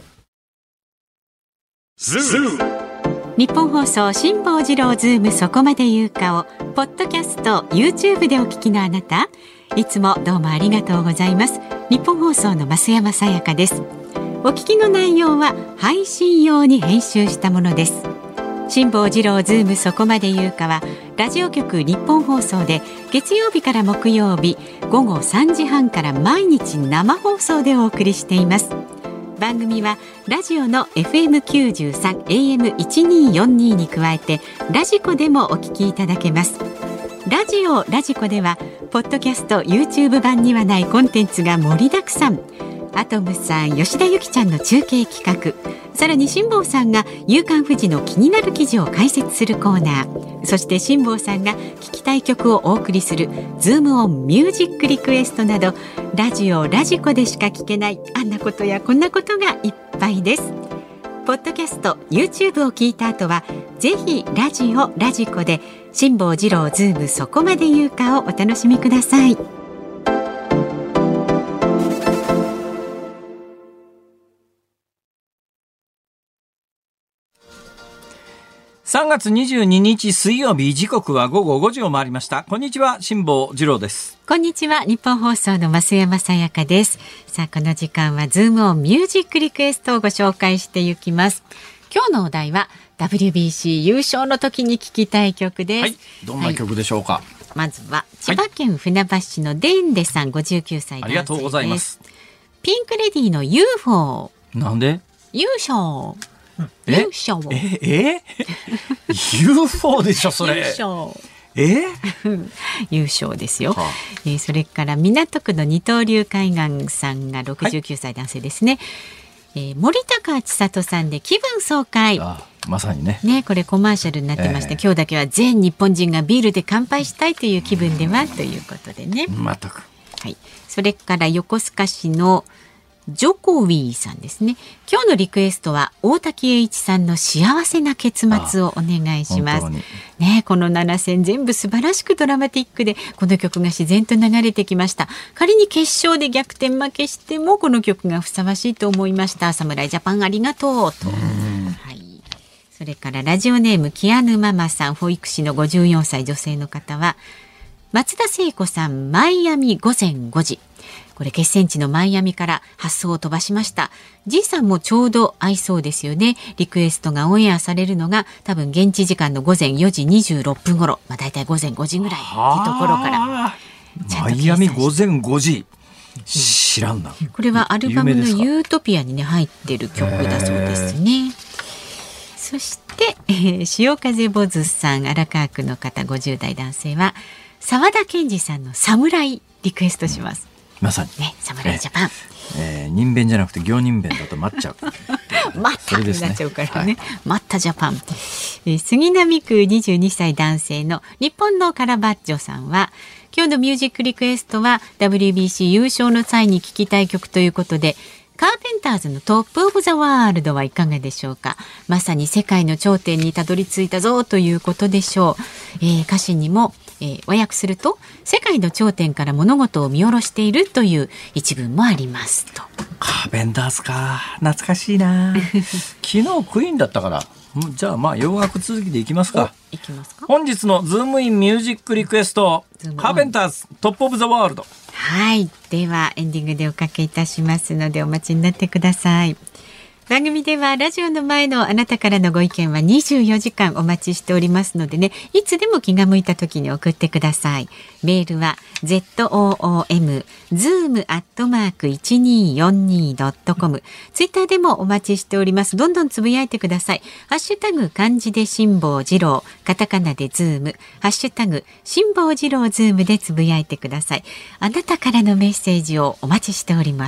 日本放送辛坊治郎ズームそこまで言うかをポッドキャスト YouTube でお聞きのあなたいつもどうもありがとうございます。日本放送の増山さやかです。お聞きの内容は配信用に編集したものです。辛坊治郎ズームそこまで言うかはラジオ局日本放送で月曜日から木曜日午後さんじはんから毎日生放送でお送りしています。番組はラジオの エフエムきゅうじゅうさん エーエムせんにひゃくよんじゅうに に加えてラジコでもお聞きいただけます。ラジオラジコではポッドキャスト YouTube 版にはないコンテンツが盛りだくさん。アトムさん、吉田ゆきちゃんの中継企画、さらに辛坊さんが夕刊フジの気になる記事を解説するコーナー、そして辛坊さんが聞きたい曲をお送りするズームオンミュージックリクエストなどラジオラジコでしか聞けないあんなことやこんなことがいっぱいです。ポッドキャスト YouTube を聞いた後はぜひラジオラジコで辛坊治郎ズームそこまで言うかをお楽しみください。 さんがつにじゅうににち水曜日、時刻は午後ごじを回りました。こんにちは、辛坊治郎です。 こんにちは、日本放送の増山さやかです。さあ、この時間はズームオンミュージックリクエストをご紹介していきます。今日のお題は ダブリュービーシー 優勝の時に聴きたい曲です。はい、 どんな曲でしょうか。はい、 まずは千葉県船橋市のデンデさんごじゅうきゅうさい男性です。ありがとうございます。ピンクレディーの ユーフォー。 なんで優勝え優勝ええユーフォー でしょそれ。 優勝え優勝ですよ。はあ、えー、それから港区の二刀流海岸さんがろくじゅうきゅうさい男性ですね。はい、えー、森高千里さんで気分爽快。 ああ、まさにね。 ね、これコマーシャルになってまして、えー、今日だけは全日本人がビールで乾杯したいという気分ではということでね。 全く。 はい。それから横須賀市のジョコウィーさんですね。今日のリクエストは大滝栄一さんの幸せな結末をお願いします。ね、このななせん全部素晴らしくドラマティックで、この曲が自然と流れてきました。仮に決勝で逆転負けしてもこの曲がふさわしいと思いました。侍ジャパンありがとうと。はい。それからラジオネームキアヌママさん、保育士のごじゅうよんさい女性の方は、松田聖子さん、マイアミ午前ごじ。これ決戦地のマイアミから発送を飛ばしました。G さんもちょうど合いそうですよね。リクエストがオンエアされるのが多分現地時間のごぜんよじにじゅうろっぷん頃、まあ、だいたいごぜんごじぐらいってところから。 マイアミごぜんごじ、知らんな。 これはアルバムのユートピアに、ね、入ってる曲だそうですね。そして、えー、潮風ボズさん、荒川区の方ごじゅうだい男性は沢田研二さんの侍リクエストします。 まさにね、侍ジャパン、 えー、人弁じゃなくて行人弁だと待っちゃう待ったになっちゃうからね、はい、待ったジャパン、えー、杉並区にじゅうにさい男性の日本のカラバッジョさんは、今日のミュージックリクエストは ダブリュービーシー 優勝の際に聴きたい曲ということで、カーペンターズのトップオブザワールドはいかがでしょうか。まさに世界の頂点にたどり着いたぞということでしょう。えー、歌詞にもえー、和訳すると世界の頂点から物事を見下ろしているという一文もありますと。 カーペンターズか、懐かしいな昨日クイーンだったから、じゃあまあ洋楽続きでいきますか。 いきますか。 本日のズームインミュージックリクエスト、カーペンターズトップオブザワールド。 はい、ではエンディングでおかけいたしますのでお待ちになってください。番組ではラジオの前のあなたからのご意見はにじゅうよじかんお待ちしておりますのでね、いつでも気が向いた時に送ってください。メールは ズーム ズーム アットマーク いちにーよんにー ドットコム、 ツイッターでもお待ちしております。どんどんつぶやいてください。ハッシュタグ漢字で辛坊治郎、カタカナでズーム、ハッシュタグ辛坊治郎ズームでつぶやいてください。あなたからのメッセージをお待ちしております。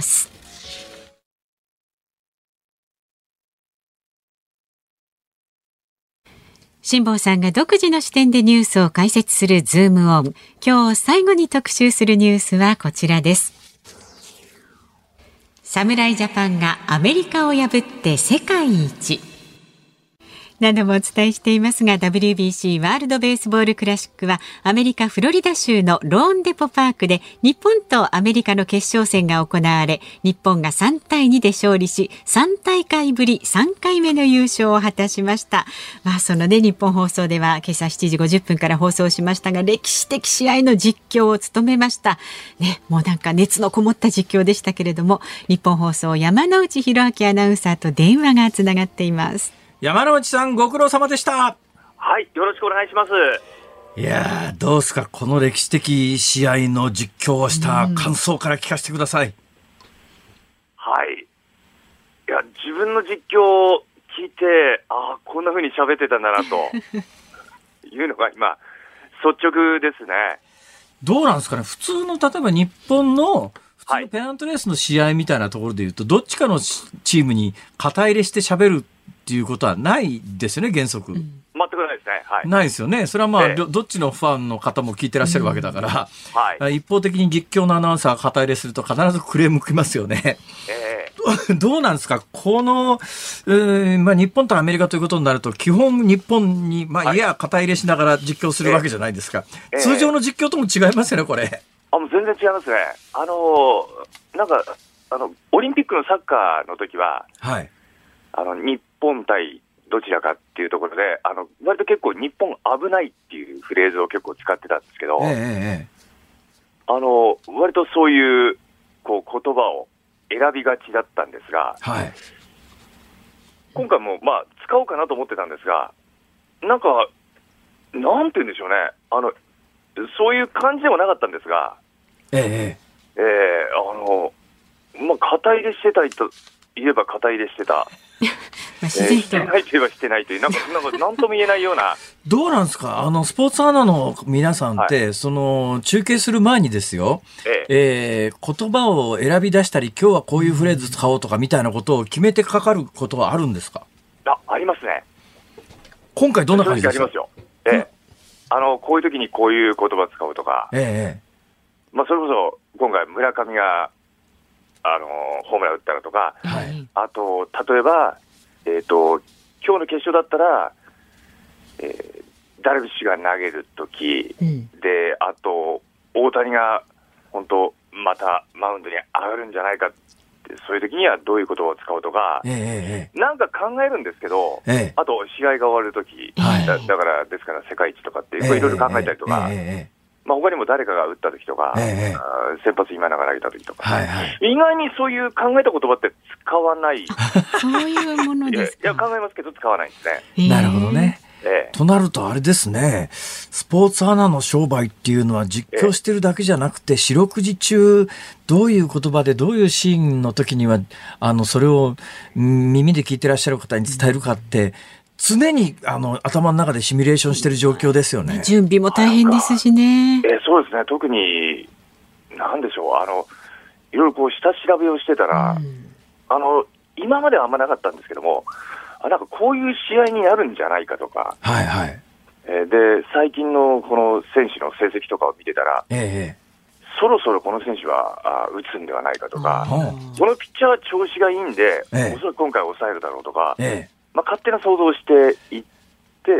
辛坊さんが独自の視点でニュースを解説するズームオン。今日最後に特集するニュースはこちらです。侍ジャパンがアメリカを破って世界一。何度もお伝えしていますが ダブリュービーシー ワールドベースボールクラシックはアメリカフロリダ州のローンデポパークで日本とアメリカの決勝戦が行われ、日本がさんたいにで勝利しさんたいかいぶりさんかいめの優勝を果たしました。まあ、そのね、日本放送では今朝しちじごじゅっぷんから放送しましたが、歴史的試合の実況を務めました、ね、もうなんか熱のこもった実況でしたけれども、日本放送山内弘明アナウンサーと電話がつながっています。 山内さん、ご苦労様でした。 はい、よろしくお願いします。 いやー、どうですか、この歴史的試合の実況をした感想から聞かせてください。 はい、いや自分の実況を聞いて、あ、こんな風に喋ってたんだなというのが今率直ですね。 どうなんですかね、普通の例えば日本の普通のペナントレースの試合みたいなところでいうと、はい、どっちかのチームに肩入れして喋るっていうことはないですよね、原則。うん、 全くないですね。はい、 ないですよね。それはまあ、えー、どっちのファンの方も聞いてらっしゃるわけだから、うん、はい、一方的に実況のアナウンサーが肩入れすると必ずクレーム来ますよね。えー、 どうなんですか、この、えーまあ、日本とアメリカということになると、基本、日本に、まあ、いや、肩入れしながら実況するわけじゃないですか、えー、通常の実況とも違いますよね、これ。 あ、もう全然違いますね。あのなんかあのオリンピックのサッカーの時は、はい、あの日本対どちらかっていうところで、あの割と結構、日本危ないっていうフレーズを結構使ってたんですけど、えー、あの割とそういう、こう言葉を選びがちだったんですが、はい、今回もまあ使おうかなと思ってたんですが、なんか、なんて言うんでしょうね、あのそういう感じでもなかったんですが、えええー、あのまあ、肩入れしてたいと言えば肩入れしてた。自然と、えー、してないといえばしてないという、なんか、なんか、なんとも言えないような。 どうなんですか、あの、スポーツアナの皆さんって、はい、その、中継する前にですよ、えええー、言葉を選び出したり、今日はこういうフレーズ使おうとかみたいなことを決めてかかることはあるんですか？ あ、ありますね。 今回どんな感じですか？ ありますよ。ええ。あの、こういう時にこういう言葉使うとか、ええ。まあ、それこそ、今回村上が、あの、ホームラン打ったらとか、はい、あと、例えば、えっと、今日の決勝だったら、えー、ダルビッシュが投げるとき、うん、で、あと、大谷が本当、またマウンドに上がるんじゃないかって、そういうときにはどういう言葉を使うとか、えー、なんか考えるんですけど、えー、あと、試合が終わるとき、はい、だ, だから、ですから世界一とかって、いろいろ考えたりとか、えーえーまあ、他にも誰かが打ったときとか、えー、先発今永が投げたときとか、はいはい、意外にそういう考えた言葉って使わない。 そういうものですか。 いや、考えますけど使わないんですね。 なるほどね。えー、となるとあれですね、スポーツアナの商売っていうのは実況してるだけじゃなくて、えー、四六時中どういう言葉でどういうシーンの時にはあのそれを耳で聞いてらっしゃる方に伝えるかって、常にあの頭の中でシミュレーションしてる状況ですよね。 準備も大変ですしね。 えー、そうですね。特に何でしょう、あのいろいろこう下調べをしてたら、うん、あの今まではあんまなかったんですけども、あなんかこういう試合になるんじゃないかとか、はいはい、えー、で最近のこの選手の成績とかを見てたら、えー、そろそろこの選手はあ打つんではないかとか、このピッチャーは調子がいいんで、えー、おそらく今回抑えるだろうとか。えーまあ、勝手な想像をしていって、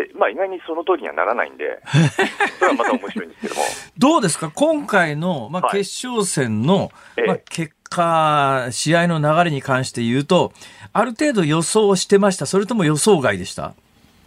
まあ、意外にその通りにはならないんで、それはまた面白いんですけども。 どうですか、今回の、まあ、決勝戦の、はいまあ、結果、試合の流れに関して言うと、ある程度予想してました、それとも予想外でした？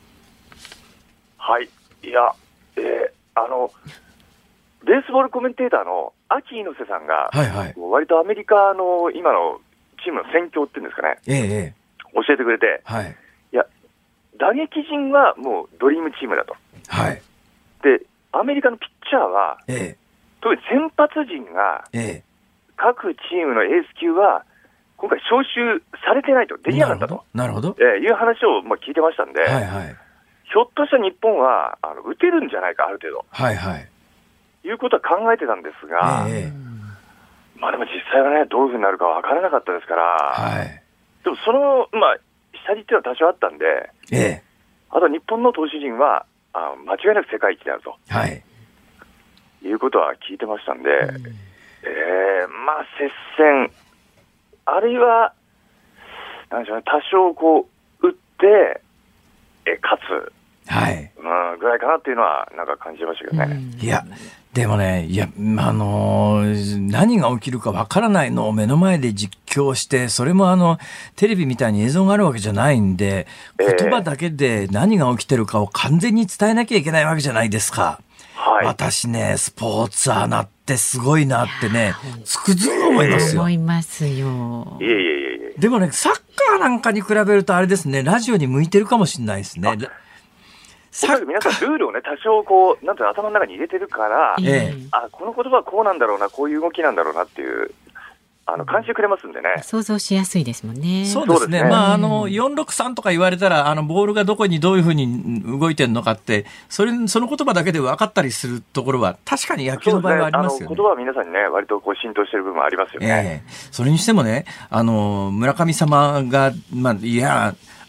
はい、いや、えー、あの、ベースボールコメンテーターの秋猪瀬さんが、はいはい、割とアメリカの今のチームの戦況っていうんですかね、ええ、教えてくれて、はい、打撃陣はもうドリームチームだと、はい、でアメリカのピッチャーは、ええ、特に先発陣が、ええ、各チームのエース級は今回招集されてないと、できなかったとなるほど、 えー、いう話をまあ聞いてましたんで、はいはい、ひょっとしたら日本はあの打てるんじゃないか、ある程度、はいはい、いうことは考えてたんですが、ええ、まあでも実際はね、どういうふうになるか分からなかったですから、はい、でもその、まあ下地っていうのは多少あったんで、ええ、あと日本の投手陣はあ間違いなく世界一であると、はい、いうことは聞いてましたんで、うんえー、まあ接戦、あるいはなんでしょうね、多少こう打ってえ勝つ、はいうん、ぐらいかなっていうのはなんか感じましたけどね。 うん、いやでもね、いや、あのー、何が起きるかわからないのを目の前で実況して、それもあの、テレビみたいに映像があるわけじゃないんで、言葉だけで何が起きてるかを完全に伝えなきゃいけないわけじゃないですか。はい、私ね、スポーツアナってすごいなってね、つくづく思いますよ。 思いますよ。 いえいえいえ。 でもね、サッカーなんかに比べるとあれですね、ラジオに向いてるかもしれないですね。 皆さんルールをね、多少こうなんていうの頭の中に入れてるから、ええ、あこの言葉はこうなんだろうな、こういう動きなんだろうなっていうあの感じてくれますんでね、 想像しやすいですもんね。 そうですね。まああのよんろくさんとか言われたら、あのボールがどこにどういうふうに動いてるのかって、それその言葉だけで分かったりするところは確かに野球の場合はありますよね。 あの言葉は皆さんにね割とこう浸透してる部分ありますよね。 ええ、それにしてもね、あの村上様がまあいや。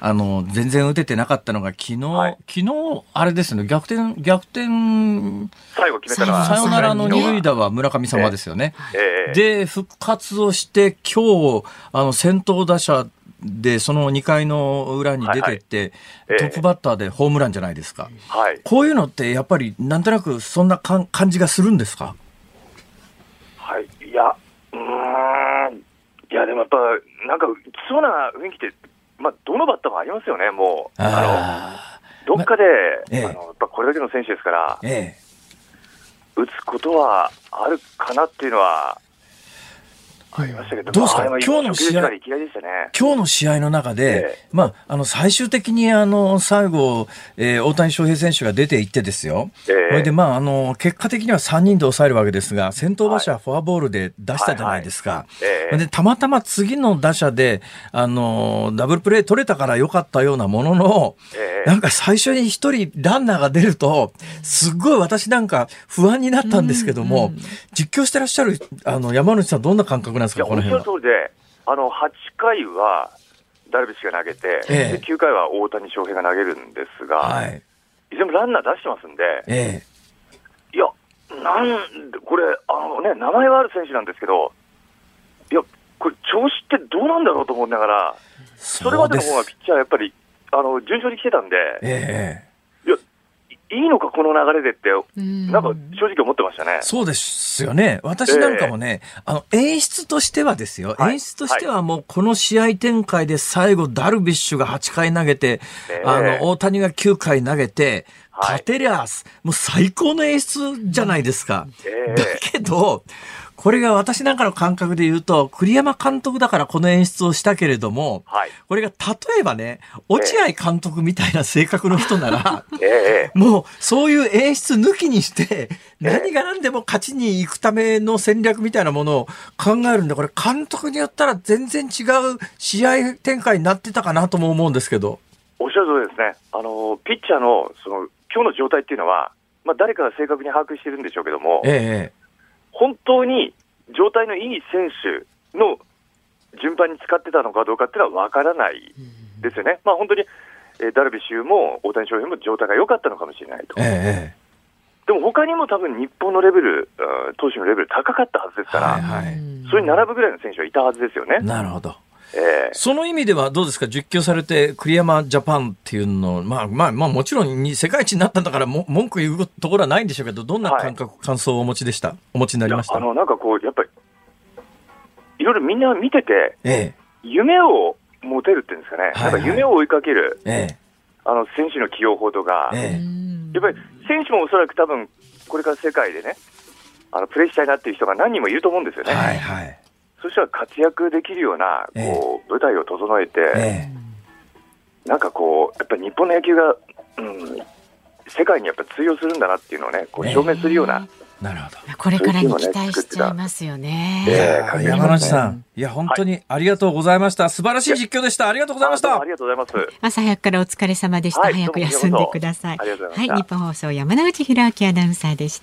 あの全然打ててなかったのが昨日、はい、昨日あれですね、逆転逆転最後決めたのはサヨナラの二塁打は村上様ですよね、えー、で復活をして今日あの先頭打者でそのにかいの裏に出てって、はいはいえー、トップバッターでホームランじゃないですか、はい、こういうのってやっぱりなんとなくそんなかん感じがするんですか？ はい、いやうーんいやでもやっぱなんかきそうな雰囲気って、まあ、どのバッターもありますよね。もうあのどっかで、まええ、あのやっぱこれだけの選手ですから、ええ、打つことはあるかなっていうのはありましたけど、 どうですか、今日の試合、 いきなりでしたね、 今日の試合の中で、えーまあ、あの最終的にあの最後、えー、大谷翔平選手が出ていってですよ、えー、それで、まあ、あの結果的にはさんにんで抑えるわけですが、先頭打者はフォアボールで出したじゃないですか、はいはいはい、でたまたま次の打者であのダブルプレー取れたからよかったようなものの、えー、なんか最初に一人ランナーが出るとすっごい私なんか不安になったんですけども、うんうん、実況してらっしゃるあの山内さんどんな感覚なんですか？ いや、おっしゃる通りで、あのはちかいはダルビッシュが投げて、ええ、できゅうかいは大谷翔平が投げるんですが、はい、いずれもランナー出してますんで、ええ、いや、なんでこれあの、ね、名前はある選手なんですけど、いや、これ調子ってどうなんだろうと思いながら、それまでの方がピッチャーやっぱりあの順調に来てたんで、ええ、いいのかこの流れでってなんか正直思ってましたね。 そうですよね。私なんかもね、えー、あの演出としてはですよ、はい、演出としてはもうこの試合展開で最後ダルビッシュがはちかい投げて、えー、あの大谷がきゅうかい投げて勝てりゃ、はい、もう最高の演出じゃないですか、えー、だけどこれが私なんかの感覚で言うと、栗山監督だからこの演出をしたけれども、はい、これが例えばね、落合監督みたいな性格の人なら、えー、もうそういう演出抜きにして、何が何でも勝ちに行くための戦略みたいなものを考えるんで、これ監督によったら全然違う試合展開になってたかなとも思うんですけど。 おっしゃる通りですね。あの、ピッチャーの、その、今日の状態っていうのは、まあ誰かが正確に把握してるんでしょうけども、えー本当に状態のいい選手の順番に使ってたのかどうかっていうのは分からないですよね。まあ、本当に、えー、ダルビッシュも大谷翔平も状態が良かったのかもしれないと、えー、でも他にも多分日本のレベル、投手のレベル高かったはずですから、はいはい、それに並ぶぐらいの選手はいたはずですよね。 なるほど。えー、その意味ではどうですか、実況されて栗山ジャパンっていうの、まあまあまあもちろん世界一になったんだからも文句言うところはないんでしょうけど、どんな感覚、はい、感想をお持ちでしたお持ちになりました？ あのなんかこうやっぱりいろいろみんな見てて、えー、夢を持てるっていうんですかね、はいはい、なんか夢を追いかける、えー、あの選手の起用法とか、えー、やっぱり選手もおそらく多分これから世界でね、あのプレーしたいなっていう人が何人もいると思うんですよね。はいはい、そしたら活躍できるようなこう、えー、舞台を整えて、えー、なんかこうやっぱり日本の野球が、うん、世界にやっぱ通用するんだなっていうのをね、こう証明するような、 えー、なるほど、 これからに期待しちゃいますよね。 えー、山梨さん、いや本当にありがとうございました。素晴らしい実況でした。ありがとうございました。 ありがとうございます。 朝早くからお疲れ様でした。はい、早く休んでください。 ありがとうございました。 はい、日本放送山口弘明アナウンサーでした。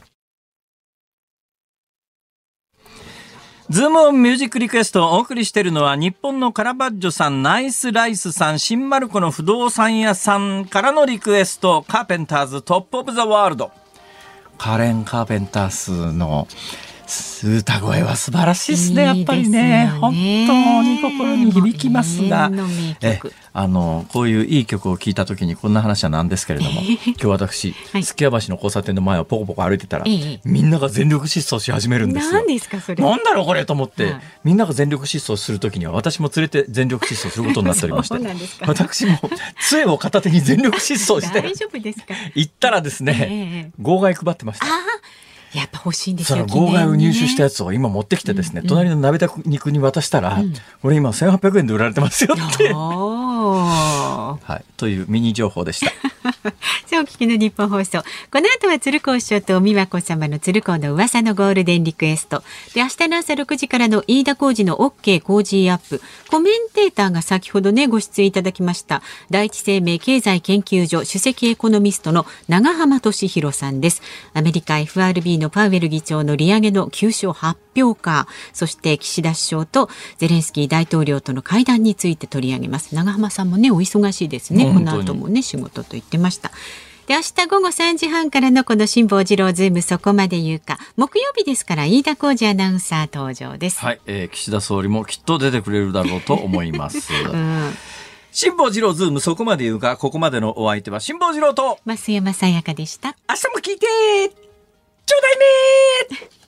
ズームオンミュージックリクエストをお送りしているのは、日本のカラバッジョさん、ナイスライスさん、新丸子の不動産屋さんからのリクエスト、カーペンターズトップオブザワールド。カレン・カーペンターズの歌声は素晴らしいですね。やっぱりね、本当に心に響きますが、えあのこういういい曲を聴いた時にこんな話はなんですけれども、今日私、はい、すきや橋の交差点の前をポコポコ歩いてたら、ええ、みんなが全力疾走し始めるんですよ。 何ですかそれ。 なんだろうこれと思って、はい、みんなが全力疾走する時には私も連れて全力疾走することになっておりまして私も杖を片手に全力疾走して大丈夫ですか行ったらですね、ええ、号外配ってました。 あやっぱ欲しいんですよ。 その号外を入手したやつを今持ってきてですね、うんうん、隣の鍋田肉に渡したら、うん、これ今せんはっぴゃくえんで売られてますよってはい、というミニ情報でした。 そうお聞きの日本放送。この後は鶴光師匠と美和子様の鶴光の噂のゴールデンリクエストで、明日の朝ろくじからの飯田浩司の OK 工事アップ。コメンテーターが先ほどねご出演いただきました第一生命経済研究所首席エコノミストの長浜俊弘さんです。アメリカ エフアールビー のパウエル議長の利上げの急所発表か、そして岸田首相とゼレンスキー大統領との会談について取り上げます。長浜さんもねお忙しいですね。この後もね仕事と言ってました。で、明日午後さんじはんからのこの辛坊治郎ズームそこまで言うか、木曜日ですから飯田浩司アナウンサー登場です。 はい、えー、岸田総理もきっと出てくれるだろうと思います、うん、辛坊治郎ズームそこまで言うか、ここまでのお相手は辛坊治郎と増山さやかでした。 明日も聞いてちょうだいね。